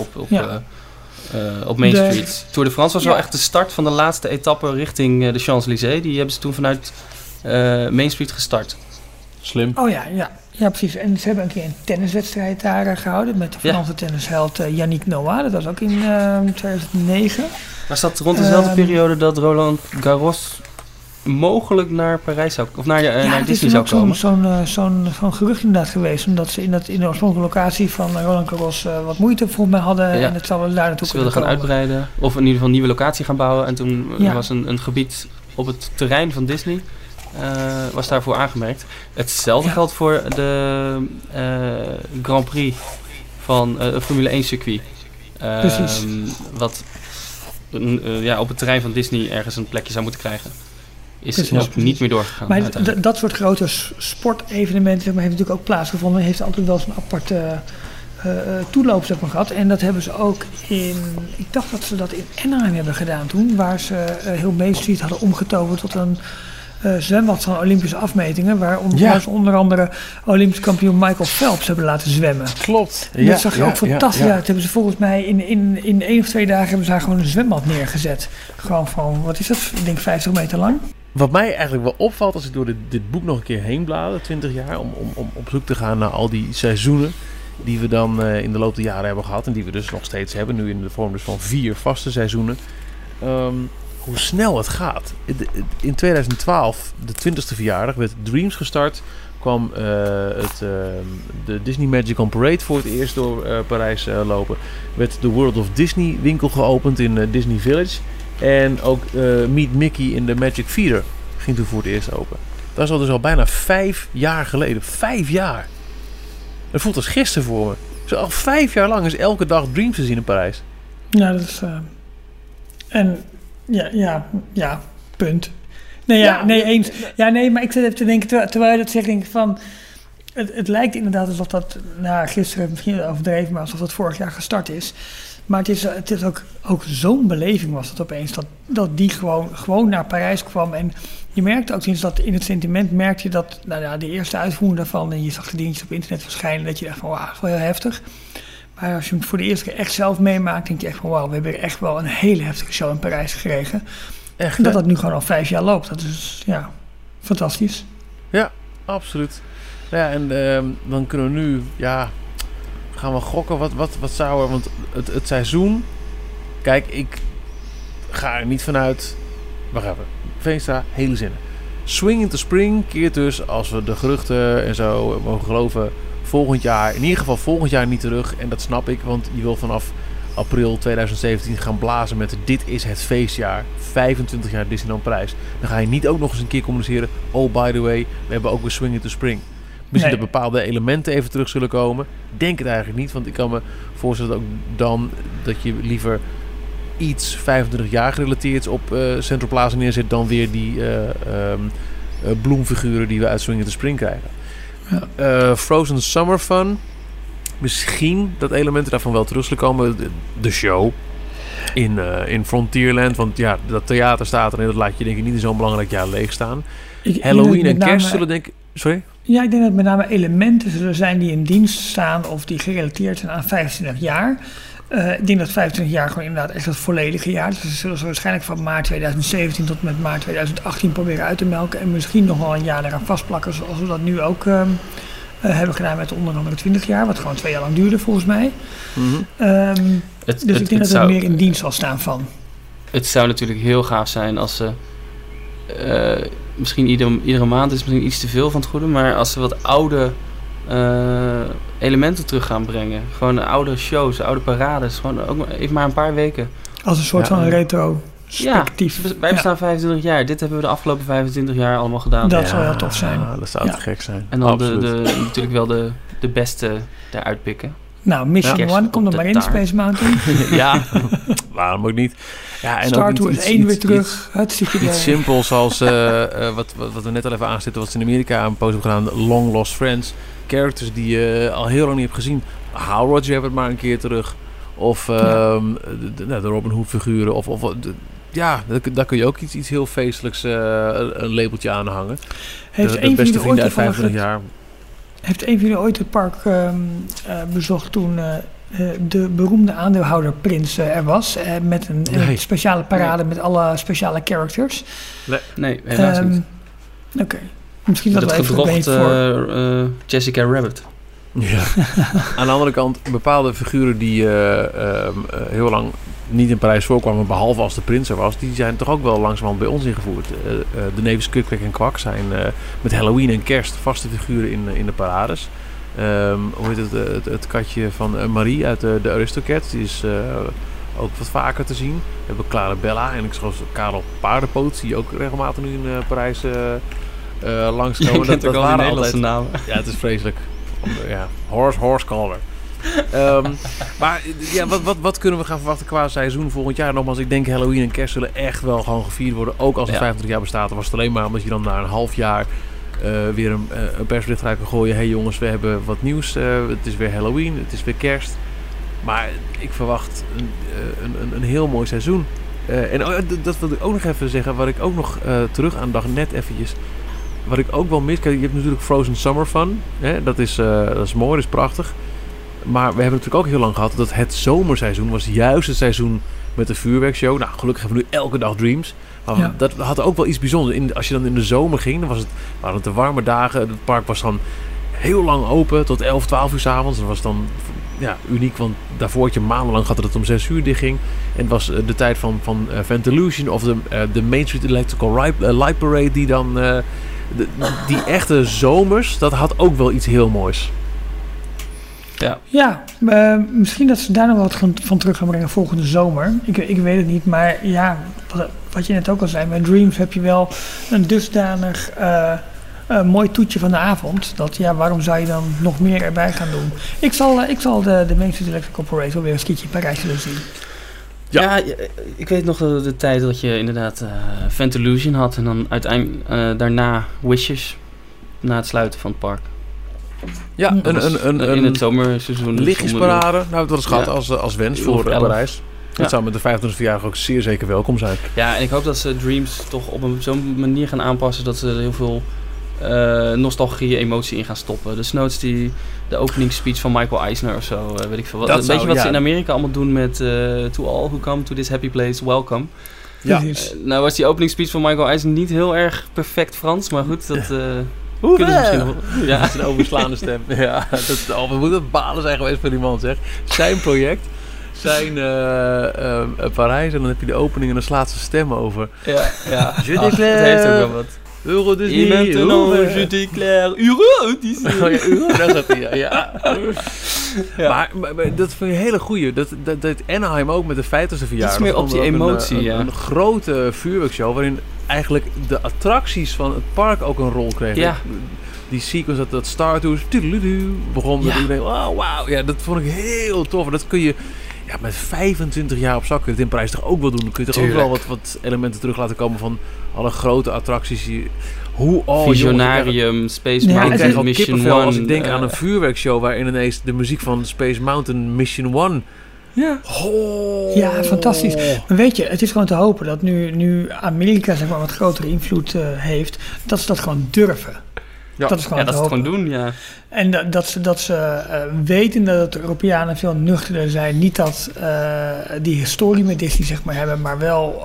op Main Street. Tour de France was wel echt de start van de laatste etappe richting de Champs-Élysées. Die hebben ze toen vanuit Main Street gestart. Slim. Oh ja, precies. En ze hebben een keer een tenniswedstrijd daar gehouden met de Franse tennisheld Yannick Noah. Dat was ook in 2009. Was dat rond dezelfde periode dat Roland Garros mogelijk naar Parijs zou of naar Disney zou komen? Zo'n gerucht inderdaad geweest, omdat ze in de oorspronkelijke locatie van Roland Garros wat moeite volgens mij hadden en het zou wel daar naartoe kunnen komen. Ze wilden gaan uitbreiden of in ieder geval een nieuwe locatie gaan bouwen en toen was een gebied op het terrein van Disney was daarvoor aangemerkt. Hetzelfde geldt voor de Grand Prix van Formule 1 circuit. Precies. Wat op het terrein van Disney ergens een plekje zou moeten krijgen. Is ook niet meer doorgegaan. Maar dat soort grote sportevenementen heeft natuurlijk ook plaatsgevonden. Heeft altijd wel zo'n aparte toeloop gehad. En dat hebben ze ook ik dacht dat ze dat in Anaheim hebben gedaan toen. Waar ze heel Main Street hadden omgetoverd tot een zwembad van Olympische afmetingen. Waar ze onder andere Olympisch kampioen Michael Phelps hebben laten zwemmen. Klopt. En dat zag er ook fantastisch uit. Hebben ze volgens mij in 1 of 2 dagen hebben ze daar gewoon een zwembad neergezet. Gewoon van, wat is dat? Ik denk 50 meter lang. Wat mij eigenlijk wel opvalt als ik door dit boek nog een keer heen blader, 20 jaar, om op zoek te gaan naar al die seizoenen die we dan in de loop der jaren hebben gehad en die we dus nog steeds hebben, nu in de vorm dus van 4 vaste seizoenen. hoe snel het gaat. In 2012, de 20e verjaardag, werd Dreams gestart. Kwam de Disney Magic on Parade voor het eerst door Parijs lopen. Werd de World of Disney winkel geopend in Disney Village. En ook Meet Mickey in de Magic Theater ging toen voor het eerst open. Dat is al dus al bijna 5 jaar geleden. 5 jaar! Dat voelt als gisteren voor me. Zo al 5 jaar lang is elke dag Dreams te zien in Parijs. Ja, dat is... En ja, punt. Nee, eens. Ja, nee, maar ik zit even te denken, terwijl je dat zegt, denk ik van... Het lijkt inderdaad alsof dat, gisteren misschien overdreven, maar alsof dat vorig jaar gestart is. Maar het is ook zo'n beleving was het opeens, dat die gewoon naar Parijs kwam. En je merkte ook sinds dat in het sentiment, merkte je dat, de eerste uitvoering daarvan, en je zag de dingetjes op internet verschijnen, dat je dacht van, wauw, dat is wel heel heftig. Maar als je het voor de eerste keer echt zelf meemaakt, denk je echt van, wauw, we hebben echt wel een hele heftige show in Parijs gekregen. Echt, en dat nu gewoon al 5 jaar loopt, dat is, fantastisch. Ja, absoluut. Ja, en dan kunnen we nu, gaan we gokken, wat zou er, want het seizoen, kijk, ik ga er niet vanuit, wacht even, Veenstra, hele zinnen. Swing into Spring keert dus, als we de geruchten en zo mogen geloven, volgend jaar, in ieder geval volgend jaar niet terug. En dat snap ik, want je wil vanaf april 2017 gaan blazen met dit is het feestjaar, 25 jaar Disneyland Parijs. Dan ga je niet ook nog eens een keer communiceren, oh by the way, we hebben ook weer Swing into Spring. Misschien dat bepaalde elementen even terug zullen komen. Denk het eigenlijk niet, want ik kan me voorstellen dat ook dan dat je liever iets 25 jaar gerelateerd op Central Plaza neerzet dan weer die bloemfiguren die we uit Swing into Spring krijgen. Ja. Frozen Summer Fun. Misschien dat elementen daarvan wel terug zullen komen. De show in Frontierland. Want ja, dat theater staat er en dat laat je denk ik niet in zo'n belangrijk jaar leeg staan. Halloween en kerst zullen denk ik... Sorry? Ja, ik denk dat met name elementen zullen zijn die in dienst staan of die gerelateerd zijn aan 25 jaar. Ik denk dat 25 jaar gewoon inderdaad echt het volledige jaar. Dus we zullen ze waarschijnlijk van maart 2017 tot met maart 2018 proberen uit te melken. En misschien nog wel een jaar eraan vastplakken, zoals we dat nu ook hebben gedaan met onder andere 20 jaar. Wat gewoon 2 jaar lang duurde volgens mij. Mm-hmm. Dus ik denk dat het meer in dienst zal staan van. Het zou natuurlijk heel gaaf zijn als ze... misschien iedere maand is misschien iets te veel van het goede, maar als ze wat oude elementen terug gaan brengen. Gewoon oude shows, oude parades. Gewoon ook even maar een paar weken. Als een soort van retrospectief. Ja, wij bestaan 25 jaar. Dit hebben we de afgelopen 25 jaar allemaal gedaan. Dat zou heel tof zijn. Dat zou te gek zijn. En dan natuurlijk wel de beste eruit pikken. Nou, Mission 1 komt er maar in, Space Mountain. Ja, waarom ook niet. Ja, en Star Tours 1 weer terug. Iets simpels als wat we net al even aanstitten, wat ze in Amerika een poos hebben gedaan. Long Lost Friends. Characters die je al heel lang niet hebt gezien. Hal Roger hebben het maar een keer terug. Of de Robin Hood figuren. Daar kun je ook iets heel feestelijks een labeltje aan hangen. Heeft de beste vrienden uit 25 jaar. Heeft een van jullie ooit het park bezocht toen de beroemde aandeelhouderprins er was? Met een speciale parade met alle speciale characters? Nee, helaas niet. Oké. Misschien dat wel even gedrocht voor Jessica Rabbit. Ja. Aan de andere kant, bepaalde figuren die heel lang niet in Parijs voorkwamen, behalve als de prins er was, die zijn toch ook wel langzamerhand bij ons ingevoerd. De nevens Kukkwek en Kwak zijn met Halloween en kerst vaste figuren in de parades. Hoe heet het katje van Marie uit de Aristocats, die is ook wat vaker te zien. We hebben Clarabella en ik zoals Karel Paardenpoot, die ook regelmatig nu in Parijs langskomen. Dat waren Nederlandse namen. Ja, het is vreselijk. Ja, horse color. Maar ja, wat kunnen we gaan verwachten qua seizoen volgend jaar? Nogmaals, ik denk Halloween en kerst zullen echt wel gewoon gevierd worden. Ook als het 25 jaar bestaat. Dan was het alleen maar omdat je dan na een half jaar weer een persbericht gaat gooien. Hey jongens, we hebben wat nieuws. Het is weer Halloween, het is weer kerst. Maar ik verwacht een heel mooi seizoen. En dat wil ik ook nog even zeggen. Waar ik ook nog terug aan dacht, net eventjes. Wat ik ook wel mis, kijk, je hebt natuurlijk Frozen Summer Fun. Hè? Dat is mooi, dat is prachtig. Maar we hebben natuurlijk ook heel lang gehad dat het zomerseizoen was juist het seizoen met de vuurwerkshow. Nou, gelukkig hebben we nu elke dag Dreams. Maar dat had ook wel iets bijzonders. Als je dan in de zomer ging, dan waren het de warme dagen. Het park was dan heel lang open, tot 11, 12 uur 's avonds. Dan was het dan uniek, want daarvoor had je maandenlang gehad dat het om 6 uur dicht ging. En het was de tijd van Ventillusion of de Main Street Electrical Light Parade die dan... die echte zomers, dat had ook wel iets heel moois. Ja, misschien dat ze daar nog wat van terug gaan brengen volgende zomer. Ik weet het niet, maar ja, wat je net ook al zei, met Dreams heb je wel een dusdanig mooi toetje van de avond. Dat waarom zou je dan nog meer erbij gaan doen? Ik zal de Main Street Electrical Parade wel weer een skietje in Parijs willen zien. Ja, ik weet nog de tijd dat je inderdaad Ventillusion had en dan uiteindelijk daarna Wishes na het sluiten van het park. Ja, in het zomerseizoen. Lichtjesparade, dat is gehad als wens voor Parijs. Dat zou met de 25e verjaardag ook zeer zeker welkom zijn. Ja, en ik hoop dat ze Dreams toch op zo'n manier gaan aanpassen dat ze er heel veel nostalgie, emotie in gaan stoppen. Dus noods de opening speech van Michael Eisner of zo, weet ik veel. Weet je wat ze in Amerika allemaal doen met To all who come to this happy place, welcome. Ja. Nou was die opening speech van Michael Eisner niet heel erg perfect Frans, maar goed, dat... kunnen ze misschien nog... Ja, dat is een overslaande stem. Ja, we moeten balen zijn geweest van die man, zeg. Zijn project, zijn Parijs, en dan heb je de opening en dan slaat ze stem over. Ja. Je déclare. Het heeft ook wel wat. Euro Disney. Et maintenant, je déclare Euro Disney. Euro, daar zat hij, ja. Maar dat vind je een hele goeie. Dat Anaheim ook met de 50e verjaardag. Iets meer op die emotie, een grote vuurwerkshow waarin eigenlijk de attracties van het park ook een rol kregen. Ja. Die sequence, dat Star Tours begon met iedereen. Oh, wauw. Ja, dat vond ik heel tof. En dat kun je met 25 jaar op zak kun je het in Parijs toch ook wel doen. Dan kun je toch ook wel wat elementen terug laten komen van alle grote attracties hier. Visionarium, Space Mountain, Mission One. Als ik denk aan een vuurwerkshow waarin ineens de muziek van Space Mountain, Mission One. Ja. Ja, fantastisch. Maar weet je, het is gewoon te hopen dat nu Amerika zeg maar wat grotere invloed heeft, dat ze dat gewoon durven. Ja, dat is gewoon dat ze het gewoon doen, ja. En dat ze weten dat de Europeanen veel nuchterder zijn. Niet dat die historie met Disney zeg maar hebben, maar wel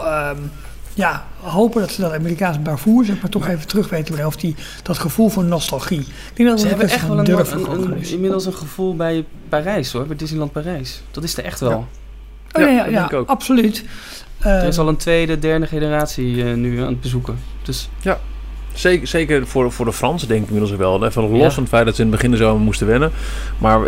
hopen dat ze dat Amerikaanse bravoure zeg maar toch even terug weten te brengen. Of dat gevoel van nostalgie. Ik denk dat ze hebben echt wel inmiddels een gevoel bij Parijs hoor, bij Disneyland Parijs. Dat is er echt wel. Ja, absoluut. Er is al een tweede, derde generatie nu aan het bezoeken. Dus ja. Zeker voor de Fransen denk ik inmiddels wel. Even los van het feit dat ze in het begin er zo moesten wennen. Maar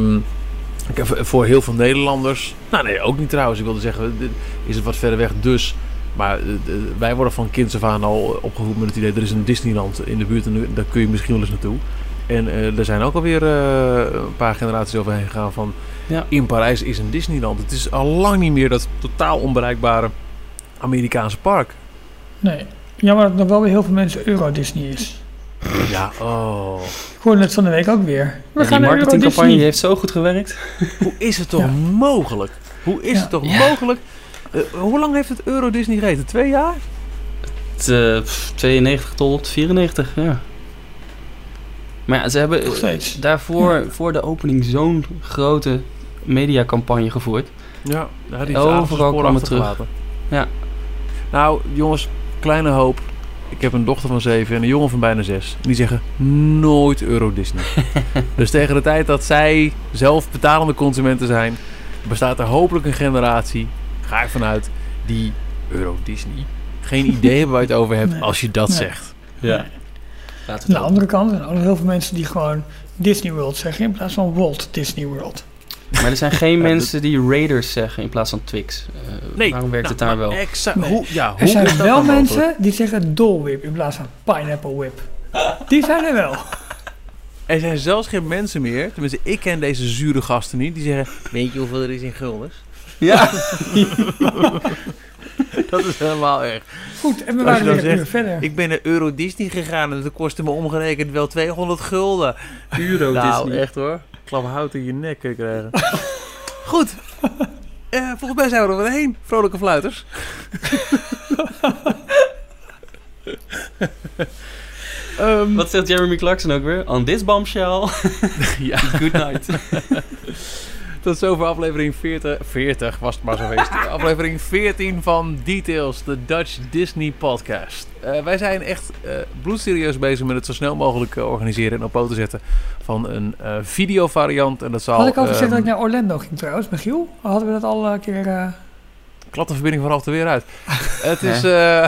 voor heel veel Nederlanders... nee, ook niet trouwens. Ik wilde zeggen, is het wat verder weg dus. Maar wij worden van kinds af aan al opgevoed met het idee... er is een Disneyland in de buurt en daar kun je misschien wel eens naartoe. En er zijn ook alweer een paar generaties overheen gegaan van... in Parijs is een Disneyland. Het is al lang niet meer dat totaal onbereikbare Amerikaanse park. Nee. Jammer dat nog wel weer heel veel mensen Euro Disney is. Ja, Ik hoorde het van de week ook weer. Die marketingcampagne heeft zo goed gewerkt. Hoe is het toch mogelijk? Mogelijk? Hoe lang heeft het Euro Disney gereden? 2 jaar? 92 tot 94, ja. Maar ja, ze hebben daarvoor voor de opening zo'n grote mediacampagne gevoerd. Ja, die overal kwam het terug. Ja. Nou, jongens, kleine hoop. Ik heb een dochter van 7 en een jongen van bijna 6. En die zeggen nooit Euro Disney. Dus tegen de tijd dat zij zelf betalende consumenten zijn, bestaat er hopelijk een generatie, ga ik vanuit, die Euro Disney geen idee hebben waar je het over hebt als je dat zegt. Ja. Aan de andere kant zijn er ook heel veel mensen die gewoon Disney World zeggen in plaats van Walt Disney World. Maar er zijn geen mensen die Raiders zeggen in plaats van Twix. Waarom werkt het daar wel? Exact. Er zijn wel mensen die zeggen Dole Whip in plaats van Pineapple Whip. Die zijn er wel. Er zijn zelfs geen mensen meer, tenminste ik ken deze zure gasten niet, die zeggen, weet je hoeveel er is in guldens? Ja. Dat is helemaal erg. Goed, en we waren weer een uur verder. Ik ben naar Euro Disney gegaan en dat kostte me omgerekend wel 200 gulden. Euro Disney. Echt hoor. Klap hout in je nek krijgen. Goed. Volgens mij zijn we er weer heen. Vrolijke fluiters. Wat zegt Jeremy Clarkson ook weer? On this bombshell. Ja. Good night. Tot zover aflevering 40 was het maar zo geweest. Aflevering 14 van Details, de Dutch Disney podcast. Wij zijn echt bloedserieus bezig met het zo snel mogelijk organiseren en op poten zetten van een videovariant. En dat zal, had ik al gezegd dat ik naar Orlando ging trouwens, Michiel? Hadden we dat al een keer... Klap de verbinding vanaf er weer uit. Het is...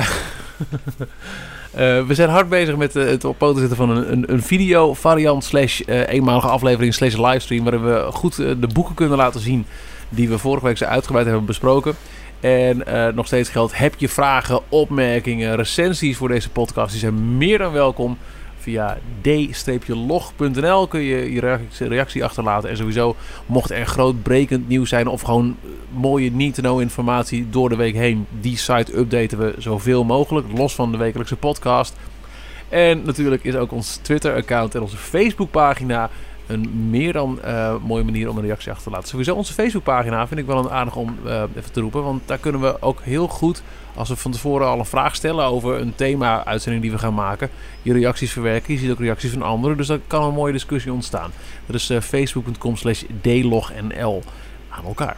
we zijn hard bezig met het op poten zetten van een video variant / eenmalige aflevering / livestream, waarin we goed de boeken kunnen laten zien die we vorige week zo uitgebreid hebben besproken. En nog steeds geldt, heb je vragen, opmerkingen, recensies voor deze podcast, die zijn meer dan welkom. Via d-log.nl kun je je reactie achterlaten. En sowieso, mocht er grootbrekend nieuws zijn of gewoon mooie need-to-know informatie door de week heen, die site updaten we zoveel mogelijk, los van de wekelijkse podcast. En natuurlijk is ook ons Twitter-account en onze Facebookpagina een meer dan mooie manier om een reactie achter te laten. Sowieso onze Facebookpagina vind ik wel een aardig om even te roepen, want daar kunnen we ook heel goed, als we van tevoren al een vraag stellen over een thema-uitzending die we gaan maken, je reacties verwerken. Je ziet ook reacties van anderen, dus daar kan een mooie discussie ontstaan. Dat is facebook.com/dlognl aan elkaar.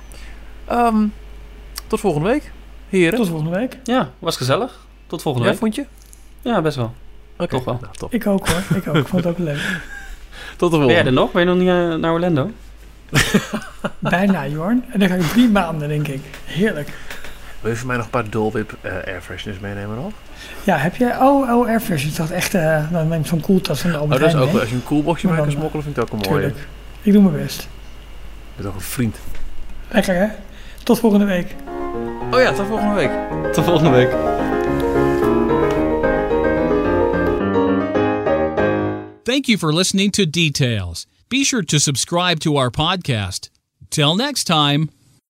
Tot volgende week, heren. Tot volgende week. Ja, was gezellig. Tot volgende week. Vond je? Ja, best wel. Okay. Toch wel. Nou, top. Ik ook hoor, ik vond het ook leuk. Tot de volgende. Ben jij er nog? Ben je nog niet naar Orlando? Bijna, Jorn. En dan ga ik 3 maanden, denk ik. Heerlijk. Wil je voor mij nog een paar Dole Whip air fresheners meenemen nog? Ja, heb je... Oh, air fresheners. Dat echt... dan neem ik zo'n koeltas van de Albert dat is Heijn ook, als je een koelboxje maar maakt dan, en smokkelen, vind ik ook een mooie. Tuurlijk. Ik doe mijn best. Je bent ook een vriend. Lekker, hè? Tot volgende week. Oh ja, tot volgende week. Tot volgende week. Thank you for listening to Details. Be sure to subscribe to our podcast. Till next time.